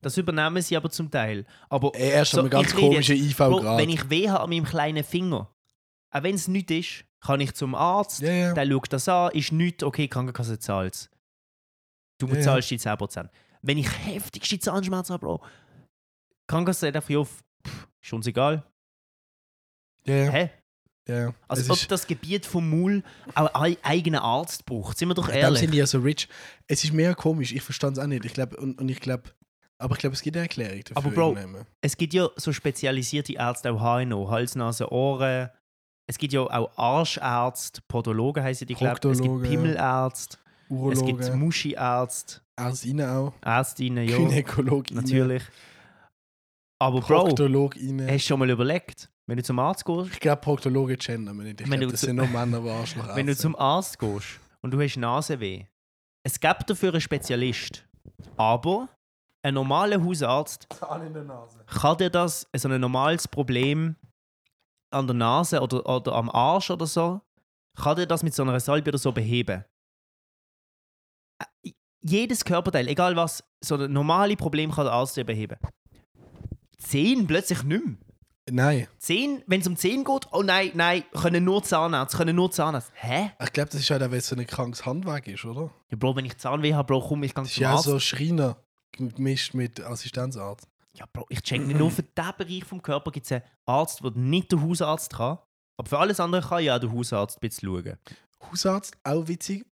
Das übernehmen sie aber zum Teil. Aber Er ist schon ein ganz ich rede komischer jetzt, Bro, IV-Grad. wenn ich weh habe an meinem kleinen Finger, auch wenn es nichts ist, kann ich zum Arzt, Ja. der schaut das an, ist nichts, okay, Krankenkasse zahlt es. Du Ja, bezahlst die 10%. Wenn ich heftigste Zahnschmerzen habe, Bro, Krankenkasse sagt einfach, ja, ist uns egal. Ja. Hä? Ja. Also Es ob ist- das Gebiet vom Maul auch einen eigenen Arzt braucht, sind wir doch Dann ehrlich. sind die ja so rich. Es ist mega komisch, ich verstand es auch nicht. Ich glaube, aber ich glaube, es gibt eine Erklärung dafür. Aber Bro, irgendwann. Es gibt ja so spezialisierte Ärzte, auch HNO, Hals, Nase, Ohren. Es gibt ja auch Arschärzte, Podologen heißen die, glaube ich. Es gibt Proktologen, Pimmelärzte, es gibt Urologe, Muschi-Ärzte, Ärztinnen auch, Ärztinnen, ja, Gynäkologinnen, natürlich. Aber Bro, Proktologinnen. hast du schon mal überlegt, wenn du zum Arzt gehst, Ich glaube, Proktologe gendern wir nicht. Ich Wenn glaube, du das zu- sind nur Männer, die Arschloch wenn du zum Arzt gehst und du hast Nasenweh, es gibt dafür einen Spezialist. Aber ein normaler Hausarzt Zahn in der Nase. kann dir das, so ein normales Problem an der Nase oder am Arsch oder so, kann dir das mit so einer Salbe oder so beheben. Jedes Körperteil, egal was, so ein normales Problem kann der Arzt dir beheben. Zehen plötzlich nicht mehr. Nein, Wenn es um 10 geht, oh nein, können nur Zahnarzt. Hä? ich glaube, das ist halt auch, weil es so ein krankes Handwerk ist, oder? Ja, Bro, wenn ich Zahnweh habe, Bro, komm, ich kann Das ist zum ja auch Arzt. so Schreiner gemischt mit Assistenzarzt. Ja, Bro, ich check nicht nur für diesen Bereich vom Körper gibt es einen Arzt, der nicht der Hausarzt kann. Aber für alles andere kann ja auch der Hausarzt ein bisschen schauen. Hausarzt, auch witzig.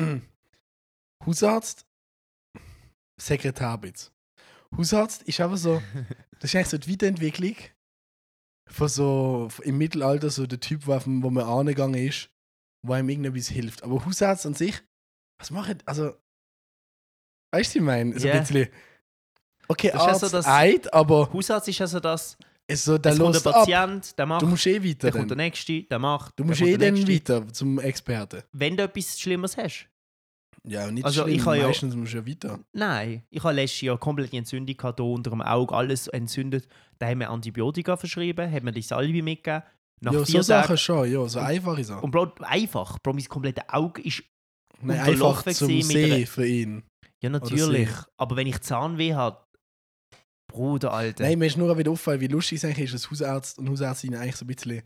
Hausarzt, Sekretärbitz. Hausarzt ist einfach so, das ist eigentlich so die Weiterentwicklung von so im Mittelalter so der Typ, wo man angegangen ist, wo einem irgendetwas hilft. Aber Hausarzt an sich, was macht, also, weißt du, was ich meine? So Ja. ein bisschen, okay, Das ist ja Arzt, so das- Eid, aber Hausarzt ist also das, es so, der es kommt lässt der ab. Patient, der macht, Du musst weiter dann kommt der dann. Nächste, der macht, Du dann musst kommt der dann Nächste. weiter zum Experten. Wenn du etwas Schlimmeres hast. Ja, und nicht Also, schlimm, ich habe ja- meistens musst du ja weiter. Nein, ich habe letztes Jahr komplett Entzündung gehabt, hier unter dem Auge, alles entzündet. Da haben wir Antibiotika verschrieben, haben mir die Salbe mitgegeben. Nach Ja, 4 so Sachen Tagen. schon, ja, so einfache Sachen. Und Bro, einfach. Bro, mein komplettes Auge ist Nein, unterlaufen einfach zum gewesen mit See einer- für ihn. Ja, natürlich. sehen. Aber wenn ich Zahnweh habe, Bruder, Alter. Nein, mir ist nur wieder aufgefallen, wie lustig es eigentlich ist, dass Hausarzt und Hausärztinnen eigentlich so ein bisschen.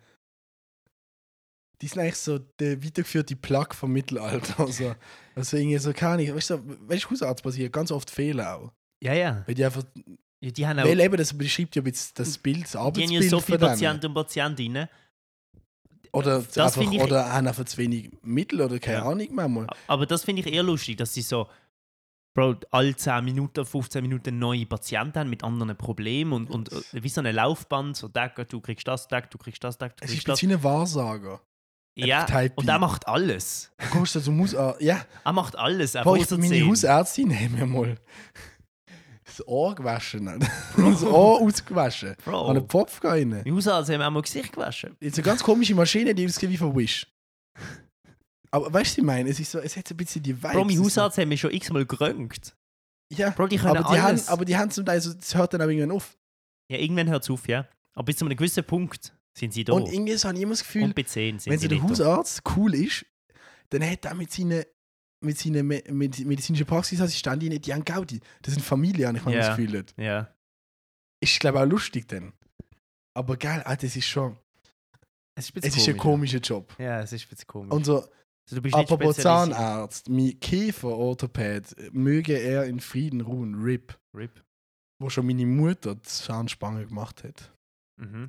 Die sind eigentlich so der weitergeführte Plug vom Mittelalter. Also irgendwie so, keine Ahnung. Weißt du, Hausarzt passiert ganz oft Fehler auch. Ja. Weil die einfach. Ja, die haben auch Weil eben, das beschreibt ja ein bisschen das Bild, das die haben Arbeitsbild ja so viele von denen. Patienten und Patientinnen. Oder, Das einfach, finde ich- oder haben einfach zu wenig Mittel oder keine Ja. Ahnung manchmal. Aber das finde ich eher lustig, dass sie so, Bro, alle 10 Minuten, 15 Minuten neue Patienten haben mit anderen Problemen und wie so eine Laufband, so Tag, du kriegst das, Tag, du kriegst das, Tag, du Es kriegst ist das. wie ein Wahrsager. Ja, Type und B. er macht alles. Du gehst da zum Hausarzt. Ja, Er macht alles, boah, außer meine Zähne. Hausärztin haben mir mal das Ohr gewaschen. Das Ohr ausgewaschen. Bro. An den Pfropf rein. Mein Hausarzt haben auch mal Gesicht gewaschen. Jetzt eine ganz komische Maschine, die aussieht wie von Wish. Aber weißt du, was ich meine? Es ist so, es hat so ein bisschen die Vibes. Bro, mein Es ist Hausarzt haben mich schon x-mal gerönt. So, ja, Bro, die können aber die, haben, alles. aber die haben zum Teil so, das hört dann auch irgendwann auf. Ja, irgendwann hört es auf, ja. Aber bis zu einem gewissen Punkt sind sie da. Und irgendwie so habe ich immer das Gefühl, Und bei 10 sind wenn sie so der nicht da. Hausarzt cool ist, dann hat er mit seinen medizinischen Praxisassistentinnen, die haben Gaudi. Das sind Familie, habe ich mal Ja. das Gefühl. Ja. Ist, glaube ich, auch lustig dann. Aber geil, das ist schon. Es ist, Es ist ein komischer Job. Ja, es ist ein bisschen komisch. Und so, Also, du bist nicht apropos spezialisiert. Zahnarzt, mein Kieferorthopäd, möge er in Frieden ruhen, RIP, RIP. wo schon meine Mutter die Zahnspange gemacht hat. Mhm.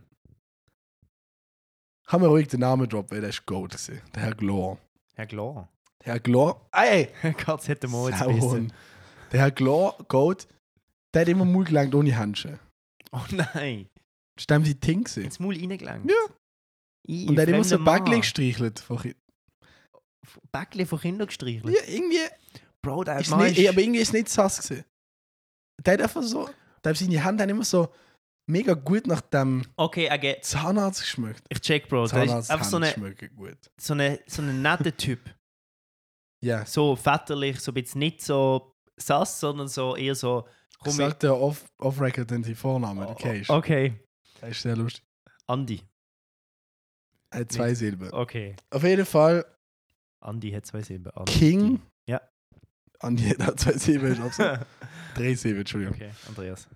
Kann mir ruhig den Namen droppen, weil der ist Gold gewesen. Der Herr Glor. Herr Glor. Der Herr Glor. Ey! Gott, hätte mal jetzt Sauhund. besser. Der Herr Glor, Gold, der hat immer Mund gelangt ohne Handschuhe. Oh nein. Das war sein Ding gewesen. Ins Maul reingelangt. Ja. Ich, Und der hat immer so fremder Mann. Backling gestreichelt. Bäckchen von Kindern gestreichelt. Ja, irgendwie. Bro, der Ist Mann nicht, ist... aber irgendwie ist es nicht sass gewesen. Der hat einfach so, der hat seine Hand immer so mega gut nach dem Okay, I get. Zahnarzt geschmeckt. Ich check, Bro. Der ist Zahnarzt einfach so Hand ein schmecken gut. so eine netter Typ. Ja. So väterlich, so ein bisschen nicht so sass, sondern so eher so... Ich sag dir off-record den Vornamen, den kennst du. Okay. Der ist sehr lustig. Andi. Er hat 2 Silben. Okay. Auf jeden Fall Andi hat 2 Silben. Andi. King. Ja. Andi hat auch 2 Silben. Ist absolut. 3-7, Entschuldigung. Okay, Andreas.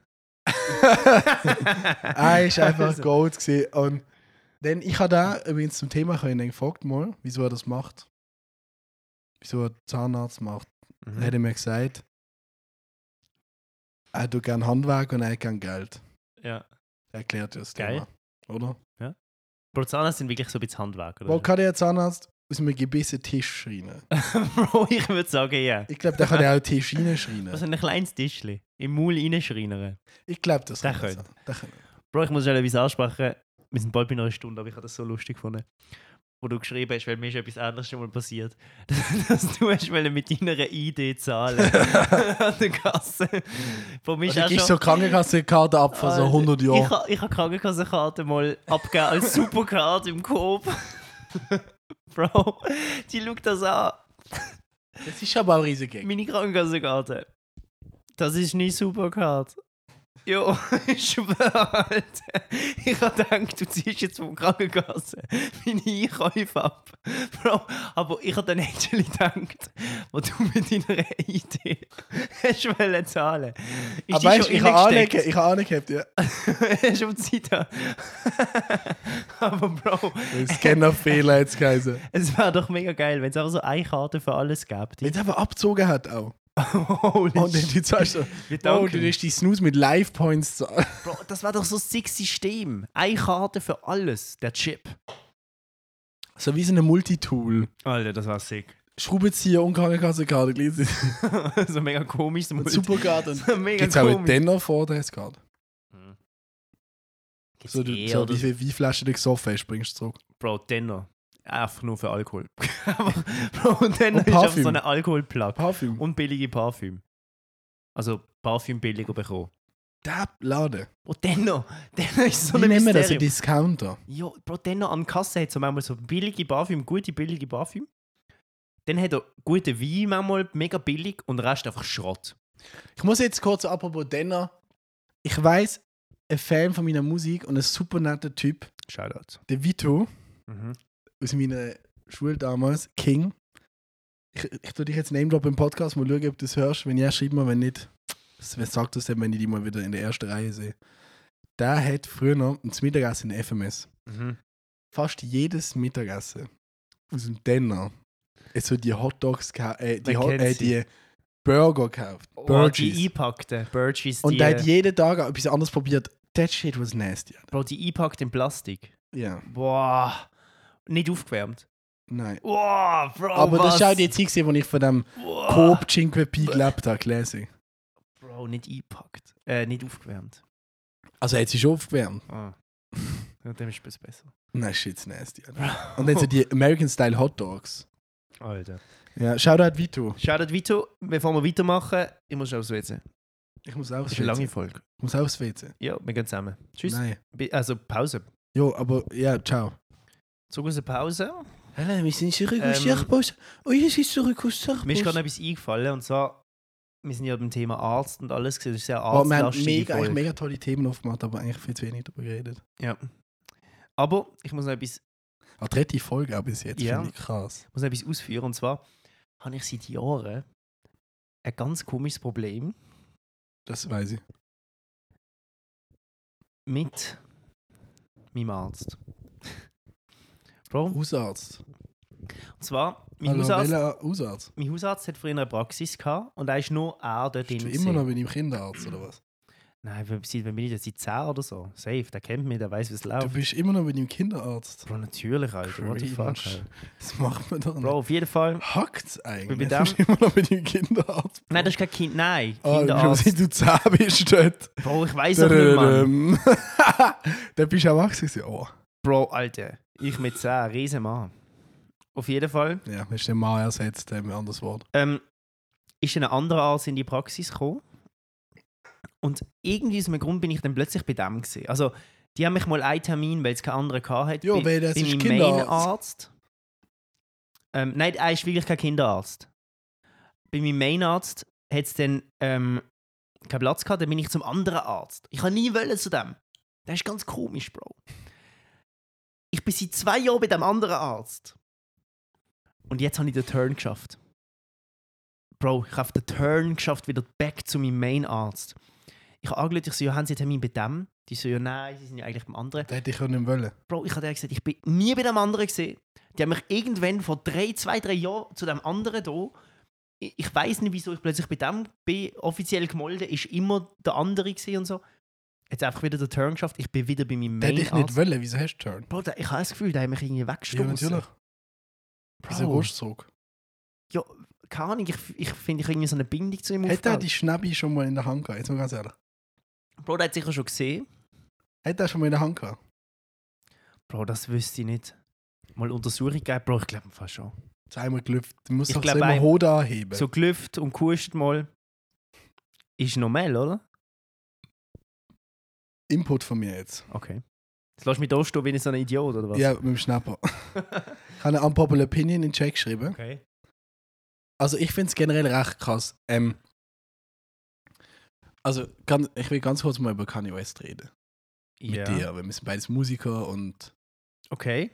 Er ist einfach Also. Gold gewesen. Und dann, ich habe da übrigens zum Thema gefragt mal, wieso er das macht. Wieso er Zahnarzt macht. Dann hat er mir gesagt, er tut gerne Handwerk und er hat gerne Geld. Ja. Er erklärt das Geil. Thema, oder? Bro, Zahnarzt sind wirklich so ein bisschen Handwerk, oder? Wo kann der Zahnarzt aus einem gebissen Tisch schreien? Bro, ich würde sagen, ja. Ich glaube, der kann ja auch Tisch reinschreien. Was ein kleines Tischchen. Im Maul reinschreinern. Ich glaube, das Der kann könnte. sein. Der kann. Bro, ich muss schon etwas ansprechen. Wir sind bald bei einer Stunde, aber ich habe das so lustig gefunden. Wo du geschrieben hast, weil mir ist etwas anderes schon mal passiert. Dass du hast mit deiner ID zahlen an der Kasse. Bro, mir ist Also, auch du gibst schon... so Krankenkassenkarte ab von so 100 Jahren. Ich habe Krankenkassenkarte mal abgegeben als Supercard im Coop. Bro, die schaut das an. Das ist aber auch riesig. Meine Krankenkassenkarte. Das ist nicht Supercard. Jo, ich schwöre, Alter. Ich habe gedacht, du ziehst jetzt vom Krankenkasse meine Einkäufe ab. Bro, aber ich habe dann actually gedacht, wo du mit deiner ID hast wollen zahlen. Ist Aber die weißt, schon ich habe reingesteckt? angehört, ja. Hast du die Zeit da? Aber Bro, Scannerfehler jetzt geheißen. es wäre doch mega geil, wenn es einfach so eine Karte für alles gäbe. Wenn es aber abgezogen hat auch. Holy Und dann du sagst so, Wir oh, danken. du hast die Snooze mit Live-Points zahlen. Bro, das wäre doch so ein sick System. Eine Karte für alles, der Chip. So wie so ein Multitool. Alter, das war sick. Schraubenzieher und Krankenkassenkarte gleichzeitig. So mega komisch. So Superkarte. So mega Gibt es auch einen komisch. Denner vor der Karte? Gibt's So, eh, so oder? wie Flasche du gesoffen hast, bringst du zurück. Bro, Denner. Einfach nur für Alkohol. Aber, Bro, Denner Und ist einfach Parfüm. so ein Alkoholplug. Parfüm. Und billige Parfüm. Also Parfüm billiger bekommen. Der Laden. Bro, Denner ist so Wie ein nennen wir das? Ein Mysterium. Discounter. Ja, Bro, Denner an der Kasse hat so manchmal so billige Parfüm, gute billige Parfüm. Dann hat er gute Wein manchmal, mega billig und den Rest einfach Schrott. Ich muss jetzt kurz apropos Denner. Ich weiss, ein Fan von meiner Musik und ein super netter Typ, Shoutout. der Vito, Mhm. aus meiner Schule damals, King. Ich tue dich jetzt name drop im Podcast, mal schauen, ob du das hörst. Wenn ja, schreib mal, wenn nicht. Wer sagt das denn, wenn ich die mal wieder in der ersten Reihe sehe? Der hat früher noch ein Mittagessen in der FMS. Mhm. Fast jedes Mittagessen aus dem Denner so die Hotdogs, Wer kennt sie? die Burger gekauft. Oh, Burgies. die einpackten Burgies. Und die, der hat jeden Tag etwas anderes probiert. That shit was nasty. Alter. Bro, die einpackt in Plastik. Ja, Boah. Nicht aufgewärmt. nein. Boah, Bro, Aber was? das ist auch die Zeit, wo ich von dem Boah. Coop Cinque Pi gelebt habe, Classic. Bro, nicht eingepackt. Nicht aufgewärmt. Also hat sie schon aufgewärmt. Ah. Ja, dem ist es besser. Nein, shit's nasty. Alter. Und dann so die American-Style Hotdogs. Alter. Ja, Shoutout Vito. Shoutout Vito, bevor wir weitermachen, ich muss schon aufs WC. Ich muss auch Das aufs ist eine lange WC. Folge. Ich muss auch aufs WC. Ja, wir gehen zusammen. Tschüss. Nein. Also Pause. Jo, aber ja, ciao. Zurück aus der Pause. Hallo, wir sind zurück aus der Sachbus. Oh, ihr seid zurück aus Sachbus. Mir ist gerade noch etwas eingefallen und zwar, wir sind ja beim Thema Arzt und alles gesehen. Das ist sehr Oh, wir haben arztlastige eigentlich Folge. mega tolle Themen aufgemacht, aber eigentlich viel zu wenig darüber geredet. Ja. Aber ich muss noch etwas Eine dritte Folge auch bis jetzt, Ja. finde ich krass. muss noch etwas ausführen. Und zwar habe ich seit Jahren ein ganz komisches Problem Das weiß ich. mit meinem Arzt. Bro, Hausarzt. und zwar, mein Hallo, Hausarzt, welcher Hausarzt? mein Hausarzt hat früher eine Praxis gehabt und da ist nur er dort Bist du drin. immer noch gewesen. bei deinem Kinderarzt, oder was? Nein, wenn bin ich das seit 10 oder so? Safe, der kennt mich, der weiß, wie es Du läuft. bist immer noch bei deinem Kinderarzt. Bro, natürlich, Alter. What the fuck, Cringe. Alter. Das macht man doch nicht. Bro, auf jeden Fall. Hackt's eigentlich? Bei Du dem- bist immer noch bei deinem Kinderarzt. Nein, das ist kein Kind. Nein, Ah, Kinderarzt. seit du 10 bist dort. Bro, ich weiß doch nicht, Mann. Da bist du erwachsen gewesen. Oh. Bro, Alter. Ich mit 10, riesen Mann. Auf jeden Fall. Ja, hast du den Mann ersetzt, haben wir ein anderes Wort. Ist ein anderer Arzt in die Praxis gekommen. Und irgendwie aus einem Grund bin ich dann plötzlich bei dem gewesen. Also, die haben mich mal einen Termin, weil es keinen anderen hatte. Ja, weil das bei ist meinem Kinderarzt. Main-Arzt. Nein, er ist wirklich kein Kinderarzt. Bei meinem Main-Arzt hat es dann keinen Platz gehabt, dann bin ich zum anderen Arzt. Ich kann nie wollen zu dem. Das ist ganz komisch, Bro. Ich bin seit 2 Jahren bei dem anderen Arzt. Und jetzt habe ich den Turn geschafft. Bro, ich habe den Turn geschafft, wieder back zu meinem Main-Arzt. Ich habe angerufen, ich so, ja, haben Sie einen Termin bei dem? Die so, ja, nein, Sie sind ja eigentlich beim anderen. Das hätte ich auch nicht wollen. Bro, ich habe dir gesagt, ich bin nie bei dem anderen gesehen. Die haben mich irgendwann vor 2-3 Jahren zu dem anderen hier. Ich weiß nicht, wieso ich plötzlich bei dem bin, offiziell gemolden, ist immer der andere gewesen und so. Jetzt einfach wieder den Turn geschafft, ich bin wieder bei meinem Das hätte ich nicht Main-Arzt. wollen. Wieso hast du Turn? Bro, ich habe das Gefühl, der hat mich irgendwie Ja, weggestoßen. natürlich. Wieso Bro. gehst du zurück? Ja, keine Ahnung, ich finde, ich habe irgendwie so eine Bindung zu ihm Hat er aufgebaut. die Schnäbi schon mal in der Hand gehabt? Jetzt mal ganz ehrlich. Bro, der hat sicher schon gesehen. Hat er schon mal in der Hand gehabt? Bro, das wüsste ich nicht. Mal Untersuchung geben? Bro, ich glaube fast schon. Zweimal gelüpft. Du musst Ich doch so glaub, immer ein- Hoden anheben. So gelüftet und gehustet mal. Ist normal, oder? Input von mir jetzt. Okay. Jetzt lass mich da stehen wie so ein Idiot, oder was? Ja, mit dem Schnapper. Ich habe eine unpopular Opinion in den Chat geschrieben. Okay. Also ich finde es generell recht krass. Also ich will ganz kurz mal über Kanye West reden. Mit dir. Wir sind beides Musiker und Okay.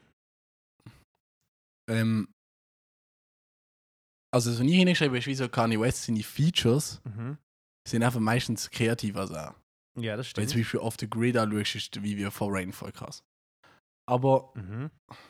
also so nie hingeschrieben ist, wie so Kanye West seine Features Mhm. sind einfach meistens kreativer als er. Ja, das Wenn du stimmt. zum Beispiel auf The Grid anschaust, ist wie wir vor Rain voll krass. Aber, Mhm.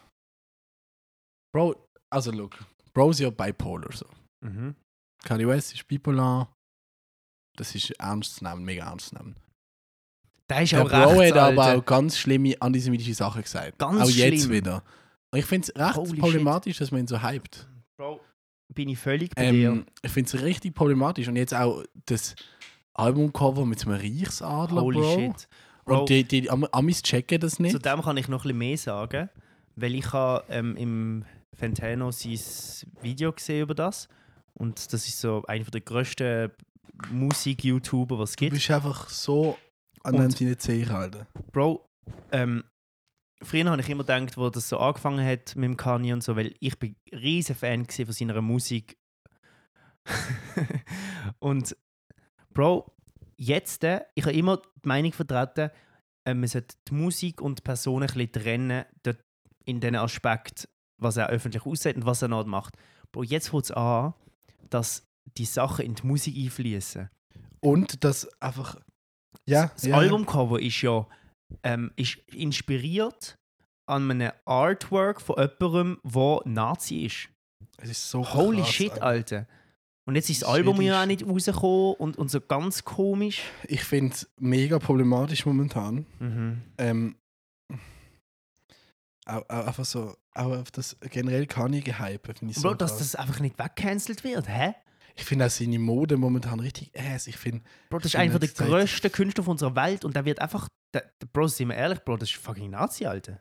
Bro, also look, Bro ist ja bipolar so. Mhm. Kanye West ist bipolar. Das ist ernst zu nehmen, mega ernst zu nehmen. Der ist Der auch Bro rechts, hat aber Alter. auch ganz schlimme antisemitische Sachen gesagt. Ganz auch jetzt schlimm. wieder. Und ich finde es recht Holy problematisch, dass man ihn so hypt. Bro, bin ich völlig bei dir. Ich finde es richtig problematisch. Und jetzt auch das Albumcover mit so einem Reichsadler, Holy Bro. shit. Bro, Und die Amis checken das nicht. zu dem kann ich noch ein bisschen mehr sagen, weil ich habe im Fantano sein Video gesehen über das. Und das ist so einer der grössten Musik-YouTuber, was es Du gibt. bist einfach so an Und- seine Zehen halten. Bro, früher habe ich immer gedacht, wo das so angefangen hat mit dem Kanye und so, weil ich bin ein riesen Fan gewesen von seiner Musik. Und Bro, jetzt, ich habe immer die Meinung vertreten, man sollte die Musik und die Person ein bisschen trennen, dort in diesen Aspekt, was er öffentlich aussieht und was er noch macht. Bro, jetzt fängt es an, dass die Sachen in die Musik einfließen. Und das einfach. Ja, Das ja. Albumcover ist ja ist inspiriert an einem Artwork von jemandem, der Nazi ist. Es ist so Holy krass, shit, Alter. Und jetzt ist das Shit Album ja ist- auch nicht rausgekommen und so ganz komisch. Ich finde es mega problematisch momentan. Mhm. Auch einfach so, auch auf das generell Kanye gehype finde ich so Bro, dass krass. das einfach nicht weggecancelt wird, hä? Ich finde auch seine Mode momentan richtig ass. Ich finde, Bro, das ist Ich einer der find, das grössten Künstler auf unserer Welt und der wird einfach. Bro, sind wir ehrlich, Bro, das ist fucking Nazi, Alter.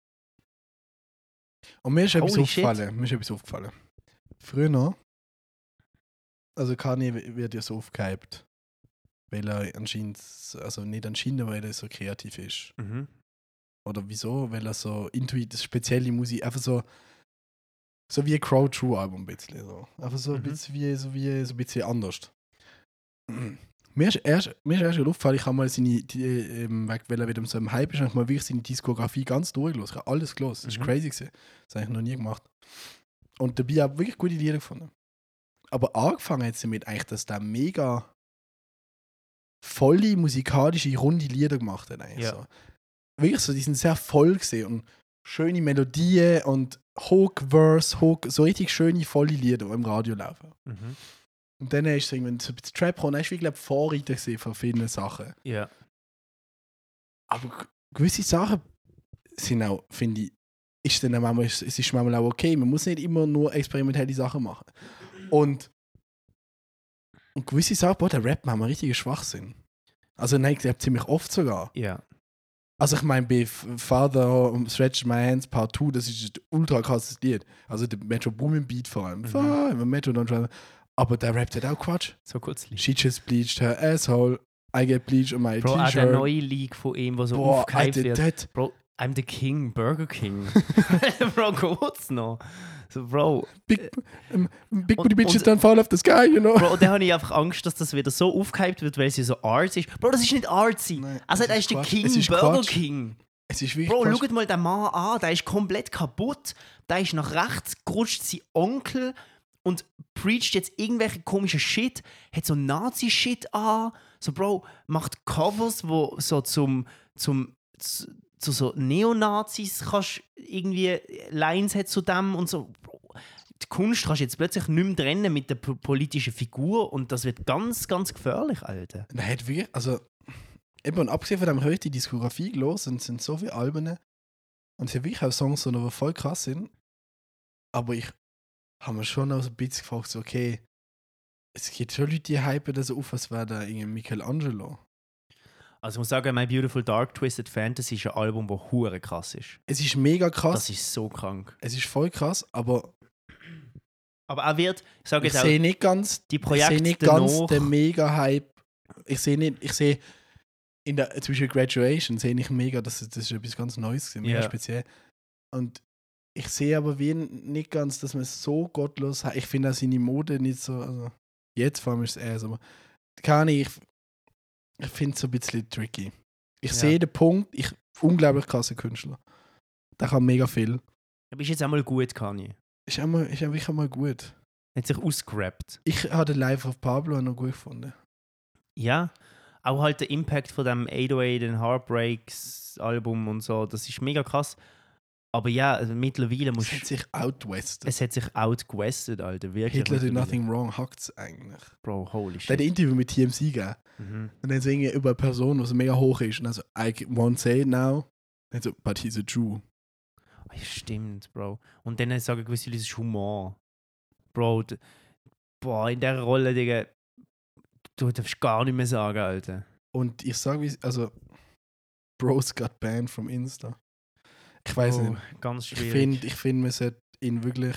und mir ist etwas Holy shit. aufgefallen. Mir ist etwas aufgefallen. Früher noch, also Kanye wird ja so aufgehypt, weil er anscheinend, also nicht anscheinend, weil er so kreativ ist. Mhm. Oder wieso? Weil er so intuitiv, spezielle Musik, einfach so wie ein Crow True Album ein bisschen. So. Einfach so ein Mhm. bisschen so ein bisschen anders. Mir ist erst schon aufgefallen, ich habe mal weil er wieder so im Hype ist, habe ich mal wirklich seine Diskografie ganz durchgelassen. Ich habe alles gelassen. Das war Mhm. crazy gewesen. Das habe ich noch nie gemacht. Und dabei habe ich wirklich gute Lieder gefunden. Aber angefangen hat es damit eigentlich, dass der mega volle musikalische, runde Lieder gemacht hat. Eigentlich Ja. so. Wirklich so, die sind sehr voll gesehen und schöne Melodien und Hook, Verse, Hook, so richtig schöne, volle Lieder, die im Radio laufen. Mhm. Und dann ist so irgendwann so ein bisschen Trap gekommen, dann ist wie, glaube ich, Vorreiter gewesen von vielen Sachen. Ja. Aber gewisse Sachen sind auch, finde ich, es ist manchmal auch okay. Man muss nicht immer nur experimentelle Sachen machen. Und gewisse Sachen, boah, der Rap macht mal richtigen Schwachsinn. Also nein, ich glaube ziemlich oft sogar. Ja. Also ich meine, bei Father Stretch My Hands Part 2, das ist ein ultra krasses Lied. Also der Metro Boomin Beat vor allem. Metro dann schon. Aber der rappt halt auch Quatsch. So kurz. She just bleached her asshole. I get bleached on my Bro, auch der T-Shirt. neue League von ihm, der so Boah, aufgehypt Alter, wird. das. Bro, I'm the King, Burger King. Bro, kurz noch. So, Bro, Big Und- booty bitches und- don't fall off the sky, you know. Bro, da habe ich einfach Angst, dass das wieder so aufgehypt wird, weil sie so artsy ist. Bro, das ist nicht artsy. Nein, Also, es der ist ist der Quatsch. King, Es ist Burger Quatsch. King. Es ist wirklich Bro, Quatsch. schaut mal den Mann an, der ist komplett kaputt. Der ist nach rechts gerutscht, sein Onkel. und preacht jetzt irgendwelche komischen Shit, hat so Nazi-Shit an, so Bro, macht Covers, wo so zu so Neonazis kannst irgendwie Lines hat zu dem und so. Bro, die Kunst kannst du jetzt plötzlich nicht mehr trennen mit der politischen Figur und das wird ganz, ganz gefährlich, Alter. Nein, hat wirklich, also eben, und abgesehen von dem habe ich die Diskografie gelesen und es sind so viele Alben und es sind wirklich auch Songs, die voll krass sind, aber ich habe mir schon auch so ein bisschen gefragt, so, okay, es gibt schon Leute, die hypen das auf, als wäre da irgendwie Michelangelo. Also ich muss sagen, My Beautiful Dark Twisted Fantasy ist ein Album, das hure krass ist. Es ist mega krass. Das ist so krank. Es ist voll krass, aber auch wird, ich sage ich jetzt sehe auch, nicht ganz, die Projekte ich sehe nicht ganz danach- den Mega-Hype. Ich sehe in der zum Beispiel Graduation sehe ich mega, das ist etwas ganz Neues gewesen, mega Ja. speziell. Und ich sehe aber wie nicht ganz, dass man es so gottlos hat. Ich finde auch seine Mode nicht so, also jetzt vor allem ist es erst, aber kann ich finde es so ein bisschen tricky. Ich Ja. sehe den Punkt, unglaublich krasser Künstler. Der kann mega viel. Aber ist jetzt einmal gut, Kanye. Ist wirklich einmal gut. Hat sich ausgerappt. Ich habe den Live of Pablo noch gut gefunden. Ja. Auch halt der Impact von dem 808 and Heartbreaks Album und so, das ist mega krass. Aber ja, also mittlerweile Es muss hat sich outwestet. es hat sich outgewestet, Alter. Wirklich. Hitler did mittlerweile. nothing wrong, hackt's eigentlich. Bro, holy Der hat shit. ein Interview mit TMZ gegeben. Mhm. Und dann so irgendwie über eine Person, die so mega hoch ist. Und dann so, I won't say it now. Und so, but he's a Jew. Oh, ja, stimmt, Bro. Und dann sagen gewisse Leute, das ist Humor. Bro, boah, in dieser Rolle, Digga, du darfst gar nicht mehr sagen, Alter. Und ich sage, also, Bros got banned from Insta. Ich weiß Bro, nicht. Ganz Ich schwierig. finde, man sollte ihn wirklich.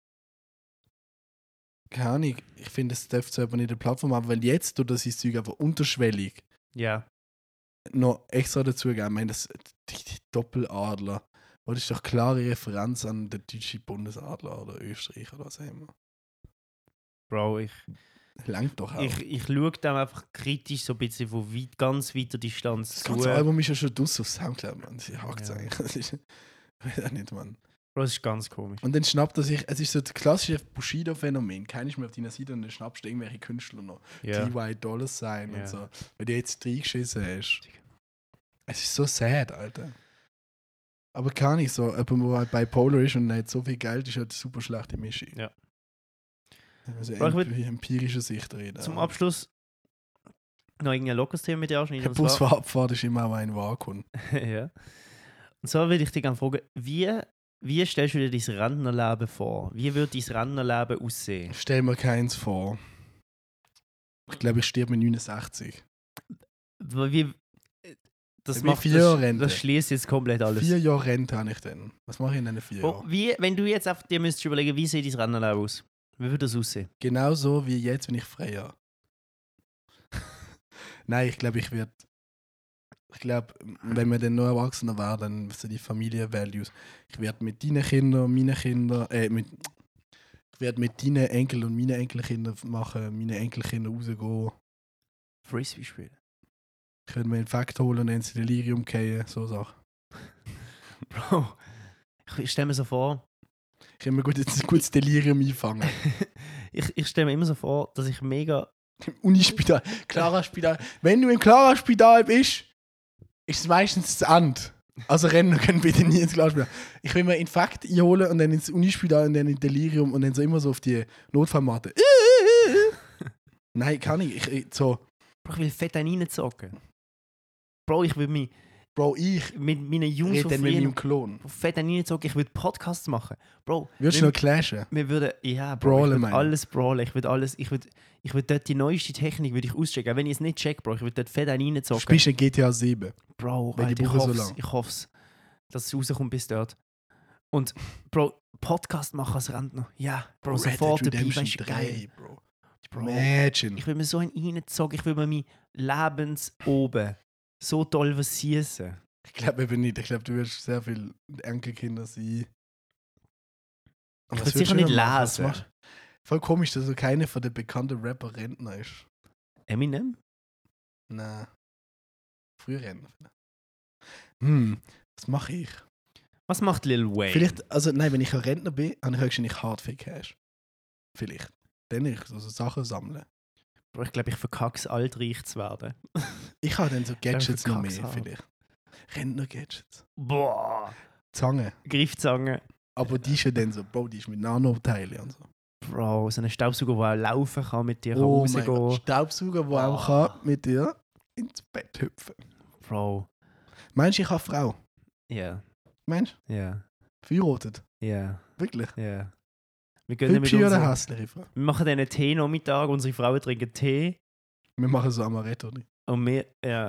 Keine Ahnung, ich finde, es dürfte so aber nicht eine Plattform haben, weil jetzt tut das sein Zeug einfach unterschwellig Ja. noch extra dazu geben. Ich meine, die Doppeladler. Das ist doch klare Referenz an den deutschen Bundesadler oder Österreich oder was auch immer. Bro, ich Langt doch auch. Ich schaue dem einfach kritisch so ein bisschen von ganz weiter Distanz Das zu. ganze Album ist ja schon draus auf Soundcloud, man. Sie hakt es Ja. eigentlich. Das ist, ich weiß auch nicht, Mann. Bro, das ist ganz komisch. Und dann schnappt er sich, es ist so das klassische Bushido-Phänomen. Keiner ist mehr auf deiner Seite und dann schnappst du irgendwelche Künstler noch. Ja. T.Y. Dollar sein Ja. und so. Weil du jetzt reingeschissen hast. Es ist so sad, Alter. Aber kann ich so, jemand, der halt bipolar ist und nicht so viel Geld ist, halt eine super schlechte Mischung. Ja. Also Bro, ich würd- empirische Sicht reden. Zum Abschluss noch irgendein lockeres Thema mit dir anschneiden. Der und Bus zwar- vor Abfahrt ist immer auch ein Vakuum. ja. Und zwar würde ich dich gerne fragen, wie stellst du dir dein Rentnerleben vor? Wie würde dein Rentnerleben aussehen? Stell mir keins vor. Ich glaube, ich sterbe mit 69. Wie, das Wie macht 4 Jahre Rente. das schließt jetzt komplett alles. 4 Jahre Rente habe ich dann. Was mache ich in diesen 4 Bro, Jahren? wenn du jetzt auf dir müsstest überlegen, wie sieht dein Rentnerleben aus? Wie würde das aussehen? Genauso wie jetzt, wenn ich frei habe. Nein, ich glaube, wenn wir dann noch Erwachsener werden, dann sind die Familie-Values. Ich werde mit deinen Kindern, meinen Kindern, ich werde mit deinen Enkel und meinen Enkelkindern machen, meine Enkelkinder rausgehen. Frisbee spielen. Ich werde mir einen Infekt holen und ins Delirium gehen, so Sachen. Bro, ich stelle mir so vor, Ich kann mir ein gutes Delirium einfangen. ich stelle mir immer so vor, dass ich mega. Im Unispital, Clara-Spital. Wenn du im Clara-Spital bist, ist es meistens das Ende. Also Rennen können bitte nie ins Clara-Spital. Ich will mir Infekt einholen und dann ins Unispital und dann in Delirium und dann so immer so auf die Notfallmatte. Nein, kann ich. So, Bro, ich will fett reinzocken. Bro, ich will mich Bro, ich mit meinen Jungs rede von dann mit früher meinem Klon. fett reinzocken. Ich will Podcasts machen. Bro, Würdest du noch clashen? wir würden, ja, Bro, Brawlen, ich meine würde alles brawlen. Ich würde dort die neueste Technik würde ich auschecken. Wenn ich es nicht check, Bro, ich würde dort fett Du reinzocken. spielst in GTA 7. Bro, Weil die Alter, brauchen so lang. ich hoffe es, dass es rauskommt bis dort. Und, Bro, Podcast machen als Rentner. Ja, Bro, Red Dead sofort dabei, Redemption weißt du, geil. 3, Bro. Bro, Imagine. ich will mir so einen reinzocken, ich will mir mein Lebensoben so toll versießen. Ich glaube eben nicht. Ich glaube, du wirst sehr viele Enkelkinder sein. Ich Was würde würdest sicher du nicht denn machen? Was lesen. machst du? Voll komisch, dass so keiner von den bekannten Rapper Rentner ist. Eminem? Nein. Früher Rentner. Was mache ich? Was macht Lil Wayne? Vielleicht, also nein, wenn ich ein Rentner bin, habe ich wahrscheinlich hart viel Cash. Vielleicht. Dann ich so Sachen sammeln. Bro, ich glaube, ich verkack's, altreich zu werden. Ich habe dann so Gadgets noch mehr, verkack's vielleicht. Rentner-Gadgets. Boah. Zange. Griffzange. Aber die ist ja dann so, Bro, die ist mit Nanoteilen und so. Bro, so ein Staubsauger, der auch laufen kann, mit dir Oh mein Gott, rausgehen. Staubsauger, der auch kann mit dir ins Bett hüpfen. Bro. Meinst du, ich habe Frau? Ja. Meinst Ja. du? Verheiratet? Ja. Wirklich? Ja. Wir gehen mit Hübsche oder unseren- hässliche Frau? Wir machen dann einen Tee-Nachmittag, unsere Frauen trinken Tee Wir machen so Amaretto, nicht? und wir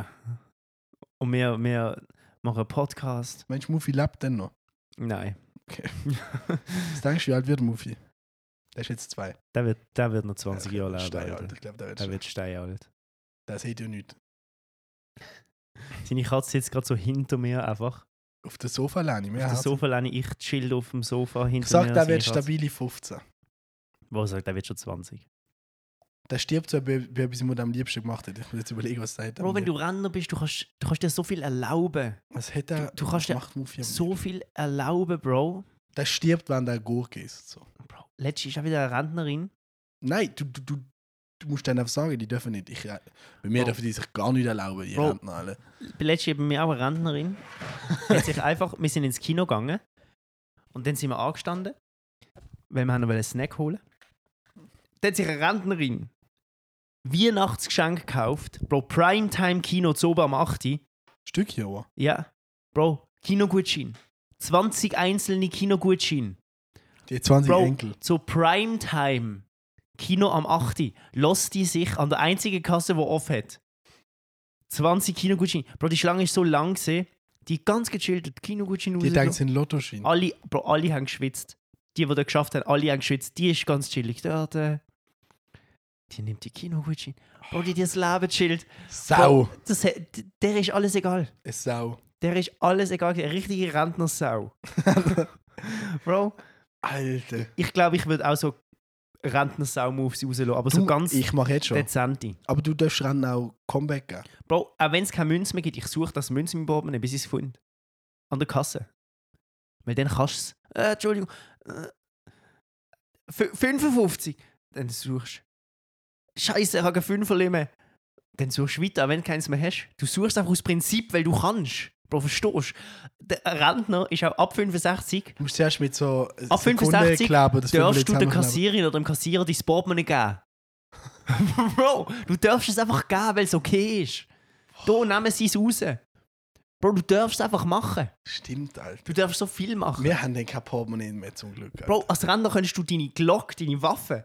machen einen Podcast. Meinst du, Muffy lebt denn noch? Nein. Was denkst du, wie alt wird Muffy? Der ist jetzt 2. Der wird noch 20 Jahre alt. Stein, Alter. Ich glaube, der wird Der wird steinalt. Das sieht ja nichts. Seine Katze sitzt gerade so hinter mir einfach. Auf dem Sofa lehne ich Auf mir. dem Sofa lehne ich chill auf dem Sofa hinter Ich sag, mir. der seine wird Katze. stabile 15. Wo sagt, der wird schon 20. Der stirbt so bei etwas, was er am liebsten gemacht hat. Ich will jetzt überlegen, was der hat. Bro, wenn du Renner bist, du kannst dir so viel erlauben. Was hat er? Du kannst was dir macht Muffy am so liebsten? viel erlauben, Bro. Der stirbt, wenn der Gurke ist. So. Bro, letztens ist auch wieder eine Rentnerin. Nein, du musst dann einfach sagen, die dürfen nicht. Bei mir Bro. dürfen die sich gar nicht erlauben, die Bro. Rentner alle. Letztens bei mir auch eine Rentnerin. Hat sich einfach, wir sind ins Kino gegangen und dann sind wir angestanden, weil wir noch einen Snack holen. Dann hat sich eine Rentnerin Weihnachtsgeschenk gekauft. Bro, Primetime-Kino zu oben am 8. Stückchen, aber. Ja. Bro, Kinogutschein. 20 einzelne Kinogutschein. Die 20 Bro, Enkel. zu Primetime. Kino am 8. Lässt die sich an der einzigen Kasse, die off hat. 20 Kinogutscheine. Bro, die Schlange ist so lang gesehen. Die ganz gechillt, Kinogutscheine Die denken, es sind Lottoscheine. alle haben geschwitzt. Die das geschafft haben, alle haben geschwitzt. Die ist ganz chillig. Die nimmt die Kinogutscheine. Bro, die das Leben chillt. Sau. Bro, der ist alles egal. Eine Sau. Der ist alles egal. Eine richtige Rentnersau. Bro, Alter. ich glaube, ich würde auch so Rentnersau-Moves rauslassen. Aber so ganz Ich mache jetzt schon. dezente. Aber du darfst Rennen auch Comeback geben. Bro, auch wenn es keine Münze mehr gibt, ich suche das Münze im Portemonnaie, bis ich es finde. An der Kasse. Weil dann kannst du es. Entschuldigung. 55. Dann suchst du. Scheiße, ich habe keinen 5er mehr. Dann suchst du weiter, wenn du keins mehr hast. Du suchst einfach aus Prinzip, weil du kannst. Bro, verstehst du? Der Rentner ist auch ab 65. Du musst zuerst mit so Ab 65 Sekundenkleben das darfst du der zusammenkleben. Kassiererin oder dem Kassierer dein Portemonnaie geben. Bro, du darfst es einfach geben, weil es okay ist. Da nehmen sie es raus. Bro, du darfst es einfach machen. Stimmt, Alter. Du darfst so viel machen. Wir haben dann kein Portemonnaie mehr zum Glück. Alter. Bro, als Rentner kannst du deine Glocke, deine Waffe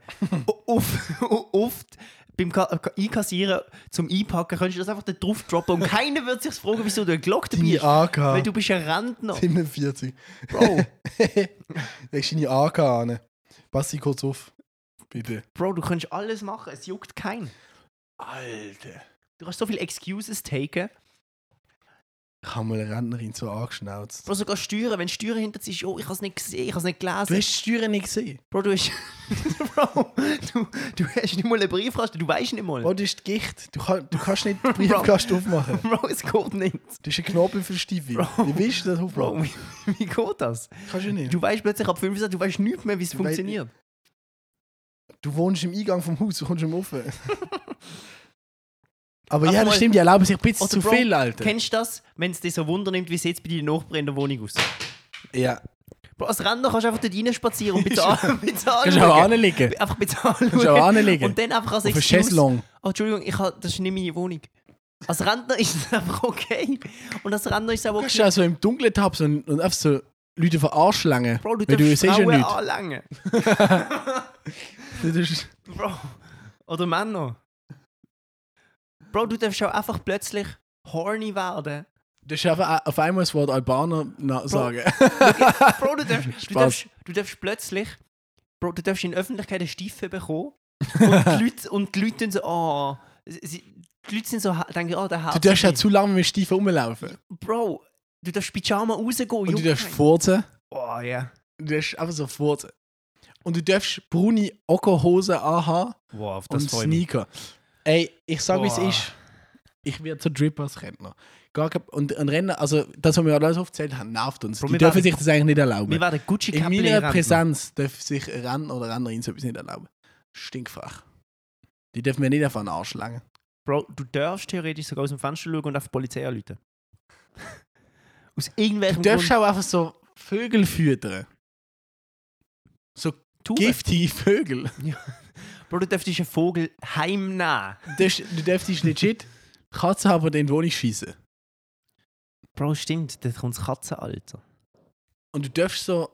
beim Einkassieren zum Einpacken, kannst du das einfach da drauf droppen und keiner wird sich fragen, wieso du eine Glocke dabei Deine hast. AK. Weil du bist ein Rentner. 47. Bro, Legst deine AK an. Pass dich kurz auf. Bitte. Bro, du kannst alles machen, es juckt keinen. Alter. Du kannst so viele Excuses taken. Ich habe mal eine Rentnerin so angeschnauzt. Bro, sogar Steuern, wenn Steuern hinterziehst, oh, ich habe es nicht gesehen, ich habe es nicht gelesen. Du hast die Steuern nicht gesehen. Bro, du hast... Bro, du hast nicht mal einen Briefkasten, du weißt nicht mal. Bro, das ist die Gicht. Du kannst nicht den Briefkasten aufmachen. Bro, es geht nicht. Du hast einen Knorpel für Stiefel. Bro. Wie willst du das Bro, aufmachen? wie geht das? Kannst du nicht. Du weißt plötzlich ab 5 du weißt nicht mehr, wie es Du funktioniert. Du wohnst im Eingang vom Haus, du kommst im Offen. Aber Ach, ja, das mal- stimmt, die erlauben sich ein bisschen Oder zu Bro, viel, Alter. Kennst du das, wenn es dich so Wunder nimmt, wie sieht es bei deinen Nachbarn in der Wohnung aus? Ja. Bro, als Rentner kannst du einfach dort reinspazieren und bezahlen. Kannst du auch anlegen. Einfach bezahlen. Kannst du auch anlegen. Und dann einfach als Auf einen Excuse... Chaiselong. Oh, Entschuldigung, das ist nicht meine Wohnung. Als Rentner ist es einfach okay. Und als Rentner ist es auch Du kannst okay. ja so im Dunkeln tapsen und einfach so Leute verarschlangen. Bro, du Weil darfst siehst ja Frauen nichts. anlangen. Das ist- Bro. Oder Männer. Bro, du darfst auch einfach plötzlich horny werden. Du darfst einfach auf einmal das Wort Albaner sagen. Bro, du darfst plötzlich... Bro, du darfst in der Öffentlichkeit eine Stiefel bekommen. Und die Leute tun so... Oh, die Leute sind so... Denken, oh, der Herz. Du darfst ja zu lange mit Stiefeln rumlaufen. Bro, du darfst Pyjama rausgehen. Und du juckt darfst keinen. furzen. Oh, ja. Du darfst einfach so furzen. Und du darfst braune Ockerhosen anhaben Wow, auf und Sneaker. Ey, ich sag, wie es Boah. ist. Ich werde so Drip als Rentner. Und ein Renner, also das, was wir alles aufgezählt haben, nervt uns. Bro, Die wir dürfen werden- sich das eigentlich nicht erlauben. Wir werden Gucci In Käppli meiner Rentner. Präsenz darf sich ein Renner oder Rennerin so etwas nicht erlauben. Stinkfrech. Die dürfen mir nicht einfach einen Arsch langen. Bro, du darfst theoretisch sogar aus dem Fenster schauen und auf die Polizei anrufen. Aus irgendwelchem Du darfst Grund. auch einfach so Vögel füttern. So Tun. giftige Vögel. Bro, du dürftest einen Vogel heimnehmen. Du dürftest legit Katzen haben, die in die Wohnung schießen. Bro, stimmt, da kommt das Katzenalter. Und du darfst so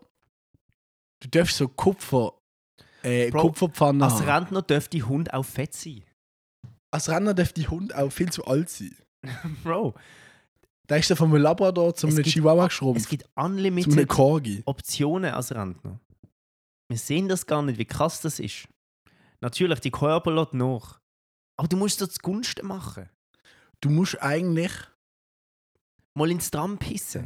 Bro, Kupferpfannen Als haben. Rentner dürfte die Hund auch fett sein. Als Renner darf die Hund auch viel zu alt sein. Bro, Da ist er vom Labrador zum Es einem gibt- Chihuahua es geschrumpft. gibt Zum einem unlimited Corgi. Optionen als Rentner. Wir sehen das gar nicht, wie krass das ist. Natürlich, die Körper lässt nach. Aber du musst das zugunsten machen. Du musst eigentlich... Mal ins Tram pissen.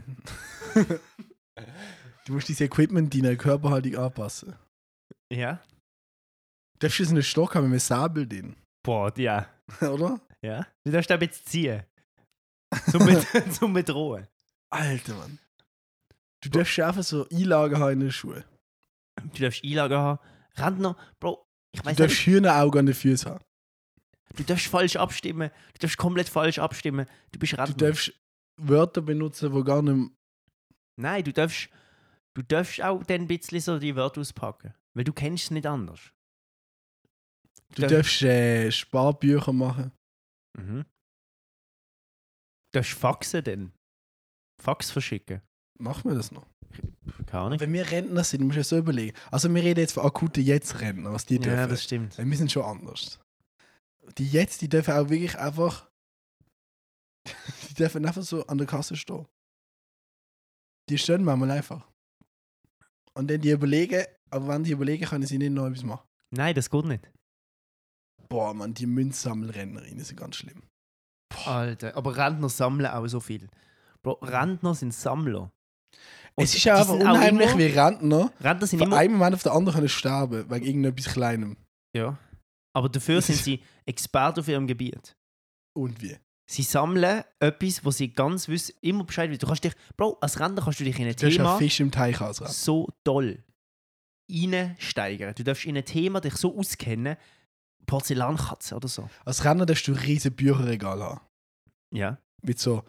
Du musst dein Equipment deiner Körperhaltung anpassen. Ja? Du darfst jetzt einen Stock haben mit einem Säbel drin. Boah, ja. Oder? Ja? Du darfst den jetzt ziehen. Zum Bedrohen. Alter, Mann. Du darfst einfach so Einlagen haben in den Schuhen. Du darfst Einlagen haben. Rentner, Bro, ich Du weiß darfst nicht. Hühneraugen an den Füßen haben. Du darfst falsch abstimmen. Du darfst komplett falsch abstimmen. Du bist Du Rentner. darfst Wörter benutzen, die gar nicht... Nein, du darfst auch dann ein bisschen so die Wörter auspacken. Weil du kennst es nicht anders. Du darfst Sparbücher machen. Mhm. Du darfst faxen dann. Fax verschicken. Machen wir das noch? Keine Ahnung. Wenn wir Rentner sind, musst du dir so überlegen. Also wir reden jetzt von akuten Jetzt-Rentner, was die dürfen. Ja, das stimmt. Weil wir sind schon anders. Die dürfen auch wirklich einfach... Die dürfen einfach so an der Kasse stehen. Die stehen manchmal einfach. Und dann die überlegen, aber wenn die überlegen, können sie nicht noch etwas machen. Nein, das geht nicht. Boah, Mann, die Münzsammelrennerinnen sind ganz schlimm. Alter, aber Rentner sammeln auch so viel. Bro, Rentner sind Sammler. Und Es ist ja die einfach sind auch unheimlich, immer- wie Rentner Rentner sind von immer... einem Moment auf den anderen können sterben, wegen irgendetwas Kleinem. Ja. Aber dafür sind sie Experten auf ihrem Gebiet. Und wie? Sie sammeln etwas, wo sie ganz wissen, immer Bescheid wissen. Du kannst dich... Bro, als Rentner kannst du dich in ein Du hast Thema einen Fisch im Teich als Rentner. so toll reinsteigern. Du darfst in ein Thema dich so auskennen, Porzellankatze oder so. Als Rentner darfst du ein riesen Bücherregal haben. Ja. Mit so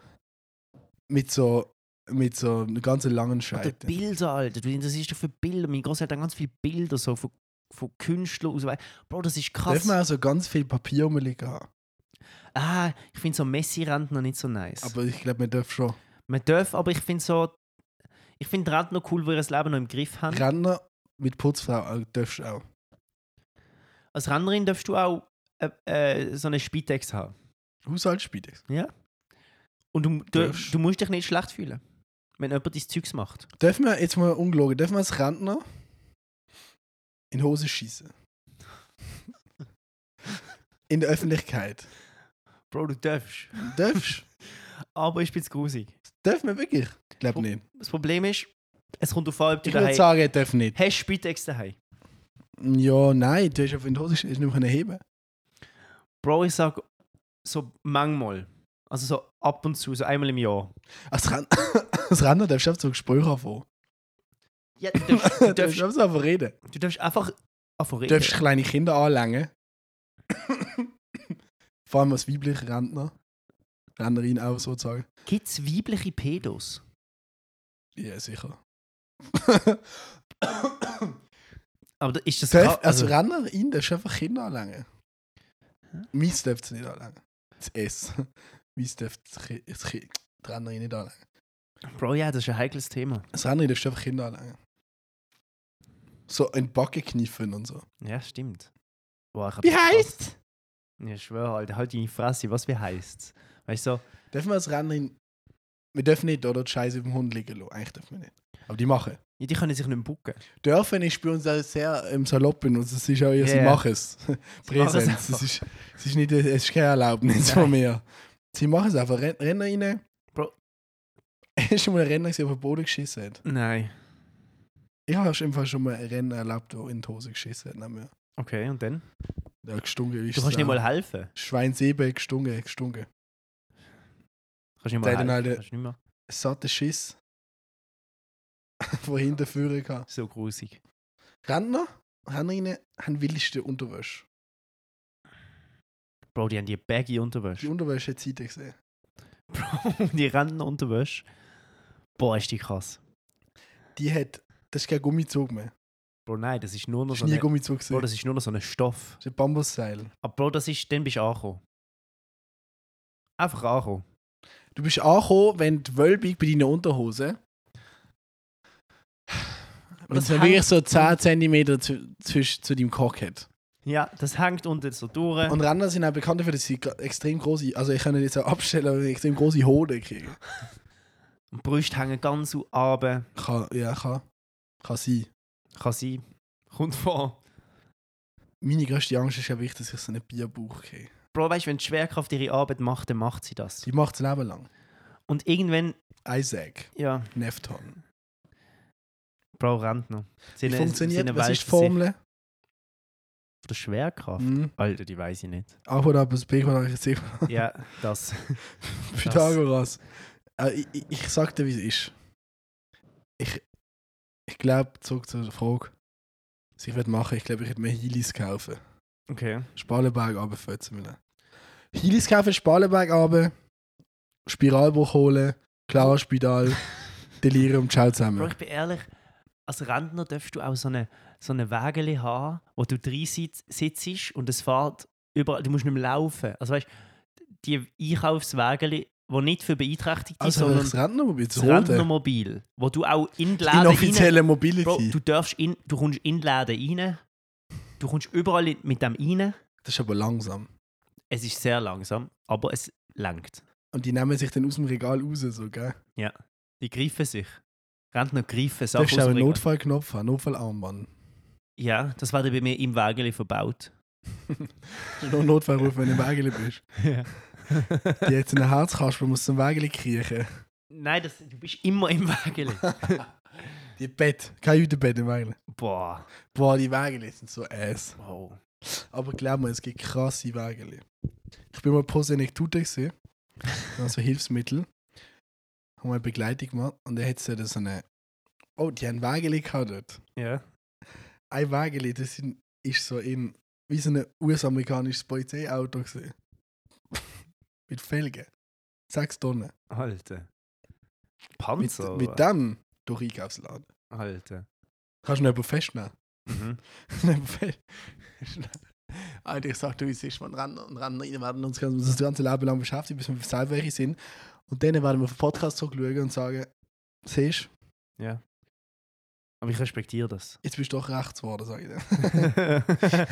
einer ganz langen Oder Scheite. Bilder, Alter. Du interessierst dich für Bilder. Mein Großeltern haben ganz viele Bilder so von Künstlern und so weiter. Bro, das ist krass. Darf man also ganz viel Papier rumliegen haben. Ich finde so Messi-Rentner nicht so nice. Aber ich glaube, man darf schon. Man darf, aber ich finde so... Ich finde Rentner cool, die ihr Leben noch im Griff haben. Rentner mit Putzfrau darfst du auch. Als Rentnerin darfst du auch so eine Spitex haben. Haushaltsspiedex. Ja. Und Darfst. du musst dich nicht schlecht fühlen, wenn jemand dein Zeugs macht. Dürfen wir, jetzt mal ungelogen, dürfen wir als Rentner in Hose schießen? In der Öffentlichkeit. Bro, du darfst. Darfst? Aber ich bin zu grusig. Dürfen wir wirklich? Ich glaube nicht. Das Problem ist, es kommt auf an, ob du Ich würde daheim... sagen, er darf nicht. Hast du Spitex daheim? Ja, nein, du hast auf in die Hose schießen, nicht mehr heben. Bro, ich sag so manchmal. Also so ab und zu, so einmal im Jahr. Als Rentner darfst du einfach so Gespräche anfangen. Ja, du darfst, du Du darfst einfach reden. einfach Du darfst kleine Kinder anlängen. Vor allem als weiblicher Rentner. Rentnerin auch sozusagen. Gibt es weibliche Pedos? Ja, sicher. Aber ist das... Also Rentnerin darfst du einfach Kinder anlängen. Mies darf es nicht anlängen. Das S. Mies darf die Rentnerin nicht anlängen. Bro, ja, das ist ein heikles Thema. Als Rentnerin darfst du einfach Kinder anlängen. So in die Backe kniffen und so. Ja, stimmt. Boah, Wie heißt's? Ja, ich schwöre, Alter, halt deine Fresse. Was, wie heisst's? Weißt du, so, Dürfen wir als Rentnerin... Wir dürfen nicht, oder? Die Scheiße auf dem Hund liegen lassen. Eigentlich dürfen wir nicht. Aber die machen. ja, die können sich nicht mehr bucken. Dürfen ist bei uns auch sehr salopp benutzt. Es ist auch eher, sie Ja, ja. machen es. Sie machen es Präsenz. einfach. Es ist nicht, es ist keine Erlaubnis Nein. von mir. Sie machen es einfach. Renner rein. Bro. Hast du schon mal einen Renner gesehen, der auf den Boden geschissen hat? Nein. Ich habe im Fall schon mal einen Renner erlebt, der in die Hose geschissen hat. Nicht mehr. Okay, und dann? Der hat gestunken. Du kannst nicht mal helfen. Schweinsebe gestunken. Kannst du nicht Der hat mehr dann helfen. halt Kannst du nicht mehr. satte Schiss von hinten führen gehabt. So grusig. Rennerinnen haben willigste Unterwäsche. Bro, die haben die baggy Die Unterwäsche. Unterwäsche hat Seite gesehen. Bro, die rennen Unterwäsche. Boah, ist die krass. Das ist kein Gummizug mehr. Bro, nein, das ist nur noch Das so ist nie eine... Gummizug Bro, gewesen. das ist nur noch so ein Stoff. Das ist ein Bambusseil. Aber Bro, dann bist du angekommen. Einfach angekommen. Du bist angekommen, wenn die Wölbung bei deinen Unterhosen. Und das es dann hängt- wirklich so 10 cm zwischen zu deinem Cock hat. Ja, das hängt unten so durch. Und Renner sind auch bekannt dafür, dass sie extrem große, also ich kann nicht jetzt auch abstellen, aber extrem große Hoden kriegen. Und die Brüste hängen ganz so runter. Kann sein. Kann sein. Kommt vor. Meine grösste Angst ist ja wichtig, dass ich so einen Bierbauch kriege. Bro, weißt du, wenn die Schwerkraft ihre Arbeit macht, dann macht sie das. Die macht es Leben lang. Und irgendwann, Isaac, ja, Nefton. Bro, rennt noch. Wie funktioniert, was ist die Formel? Der Schwerkraft? Mhm. Alter, die weiß ich nicht. A oder B, B oder C. Ja, das. Pythagoras. Ich sag dir, wie es ist. Ich glaube, zurück zur Frage, was ich machen ich glaube, ich hätte mir Heelys kaufen. Okay. Spalenberg runter. Heelys kaufen, Spalenberg runter, Spiralbruch holen, Clara-Spital, Delirium, ciao Bro, zusammen. ich bin ehrlich, als Rentner darfst du auch so eine Wägeli haben, wo du drin sitzt und es fährt überall, du musst nicht mehr laufen. Also weißt du, die Einkaufswägeli, die nicht für Beeinträchtigte sind, Also sondern das Rentnermobil, das das rote. Rentnermobil, wo du auch in die Läden rein... Inoffizielle Bro, Mobility. du kommst in die Läden rein, du kommst überall mit dem rein. Das ist aber langsam. Es ist sehr langsam, aber es langt. Und die nehmen sich dann aus dem Regal raus, so, gell? Die greifen sich. Rentner greifen Du Sachen darfst aus auch dem einen Regal. Notfallknopf haben, Notfallarmband. Ja, das war bei mir im Wägeli verbaut. Du noch einen Notfallruf, wenn du im Wägeli bist. Ja. Die hat einen Herzkasper, muss zum Wägeli kriechen. Nein, du bist immer im Wägeli. Die Bett, kein Judenbett im Wägeli. Boah. Boah, die Wägeli sind so ass. Wow. Aber glaub mir, es gibt krasse Wägeli. Ich bin mal pro Senectute gesehen, also Hilfsmittel. Haben mal Begleitung gemacht und da hat sie da so eine. Oh, die haben Wägeli gehabt dort. Ja. Ein Wägeli, das ist so wie so ein US-amerikanisches Polizeiauto gesehen. Mit Felgen. 6 Tonnen. Alter. Panzer. Mit dem durch Einkaufsladen. Alter. Kannst du noch jemanden festnehmen? Mhm. Alter, ich sag dir, wie es ist, man Rentner werden uns das ganze Leben lang beschäftigt, bis wir selber welche sind. Und dann werden wir auf den Podcast zurückschauen und sagen, siehst du, Ja. Aber ich respektiere das. jetzt bist du doch rechts geworden, sag ich dir.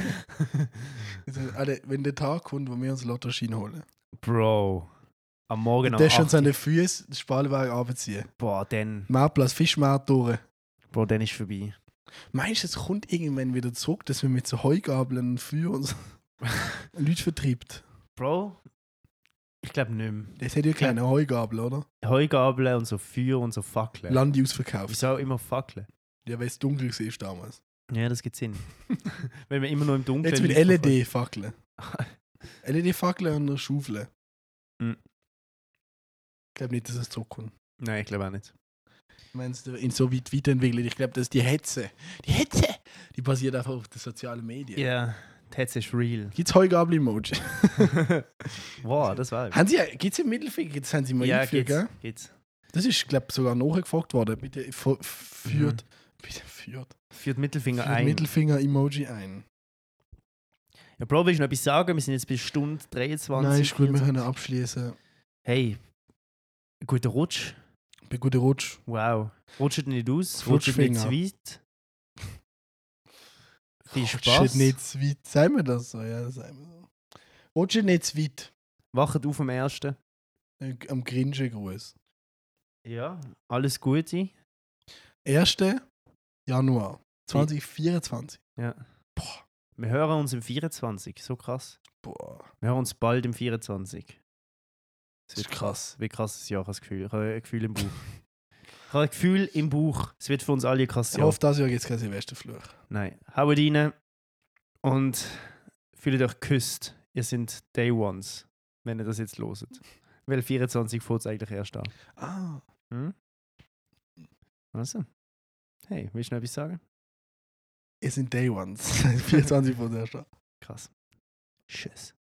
Alter, wenn der Tag kommt, wo wir uns Lottoschein holen, Bro. Am Morgen und der schon 8 seine Füße den Spalenberg runterziehen. Boah, dann. Marktplatz, Fischmarkt durch. Bro, dann ist vorbei. Meinst du, es kommt irgendwann wieder zurück, dass wir mit so Heugabeln und Feuer und so Leute vertreibt? Bro, ich glaube nicht mehr. Das hat ja keine Heugabel, oder? Heugabeln und so Feuer und so Fackeln. Landi ausverkauft. Wieso immer Fackeln? Ja, weil es dunkel war damals. Ja, das gibt Sinn. Wenn wir immer nur im Dunkeln... Jetzt mit Leute LED-Fackeln. LED-Fackeln und einer Schaufel. Mhm. Ich glaube nicht, dass es zurückkommt. Nein, ich glaube auch nicht. Ich meine, es ist so weit weiterentwickelt. Ich glaube, dass die Hetze, die basiert einfach auf den sozialen Medien. Ja, die Hetze ist real. Gibt es Heugabel-Emoji? Wow, das war... Gibt es im Mittelfinger? Das haben sie mal Ja, eingeführt, gell? geht's. Das ist, glaube ich, sogar nachgefragt worden. Bitte führt Führt Mittelfinger führt ein. Mittelfinger-Emoji ein. Ja, Bro, willst du noch etwas sagen? Wir sind jetzt bis Stunde 23. Nein, ist gut, wir 24. können abschließen. Hey, guter Rutsch. Bei guter Rutsch. Wow. Rutscht nicht aus, rutscht nicht zu weit. Viel Spaß. Rutscht nicht zu weit. Sagen wir das so? Ja, das sagen wir so. Rutscht nicht zu weit. Wacht auf am 1. Am Grinchen Gruß. Ja, alles Gute. 1. Januar 2024. Ja. Boah. Wir hören uns im 24. So krass. Boah. Wir hören uns bald im 24. Das ist krass. Wie krass das Jahr, ich habe das Gefühl. Ich habe ein Gefühl im Bauch. Ich habe ein Gefühl im Bauch. Es wird für uns alle krass Ich Jahr. hoffe, das Jahr gibt es keinen Silvesterfluch. Nein. Haut rein und fühlt euch geküsst. Ihr seid Day Ones, wenn ihr das jetzt loset. Weil 24 fängt es eigentlich erst an. Ah. Hm? Also. Hey, willst du noch etwas sagen? Es sind Day Ones. 24 von der Stadt. Krass. Tschüss.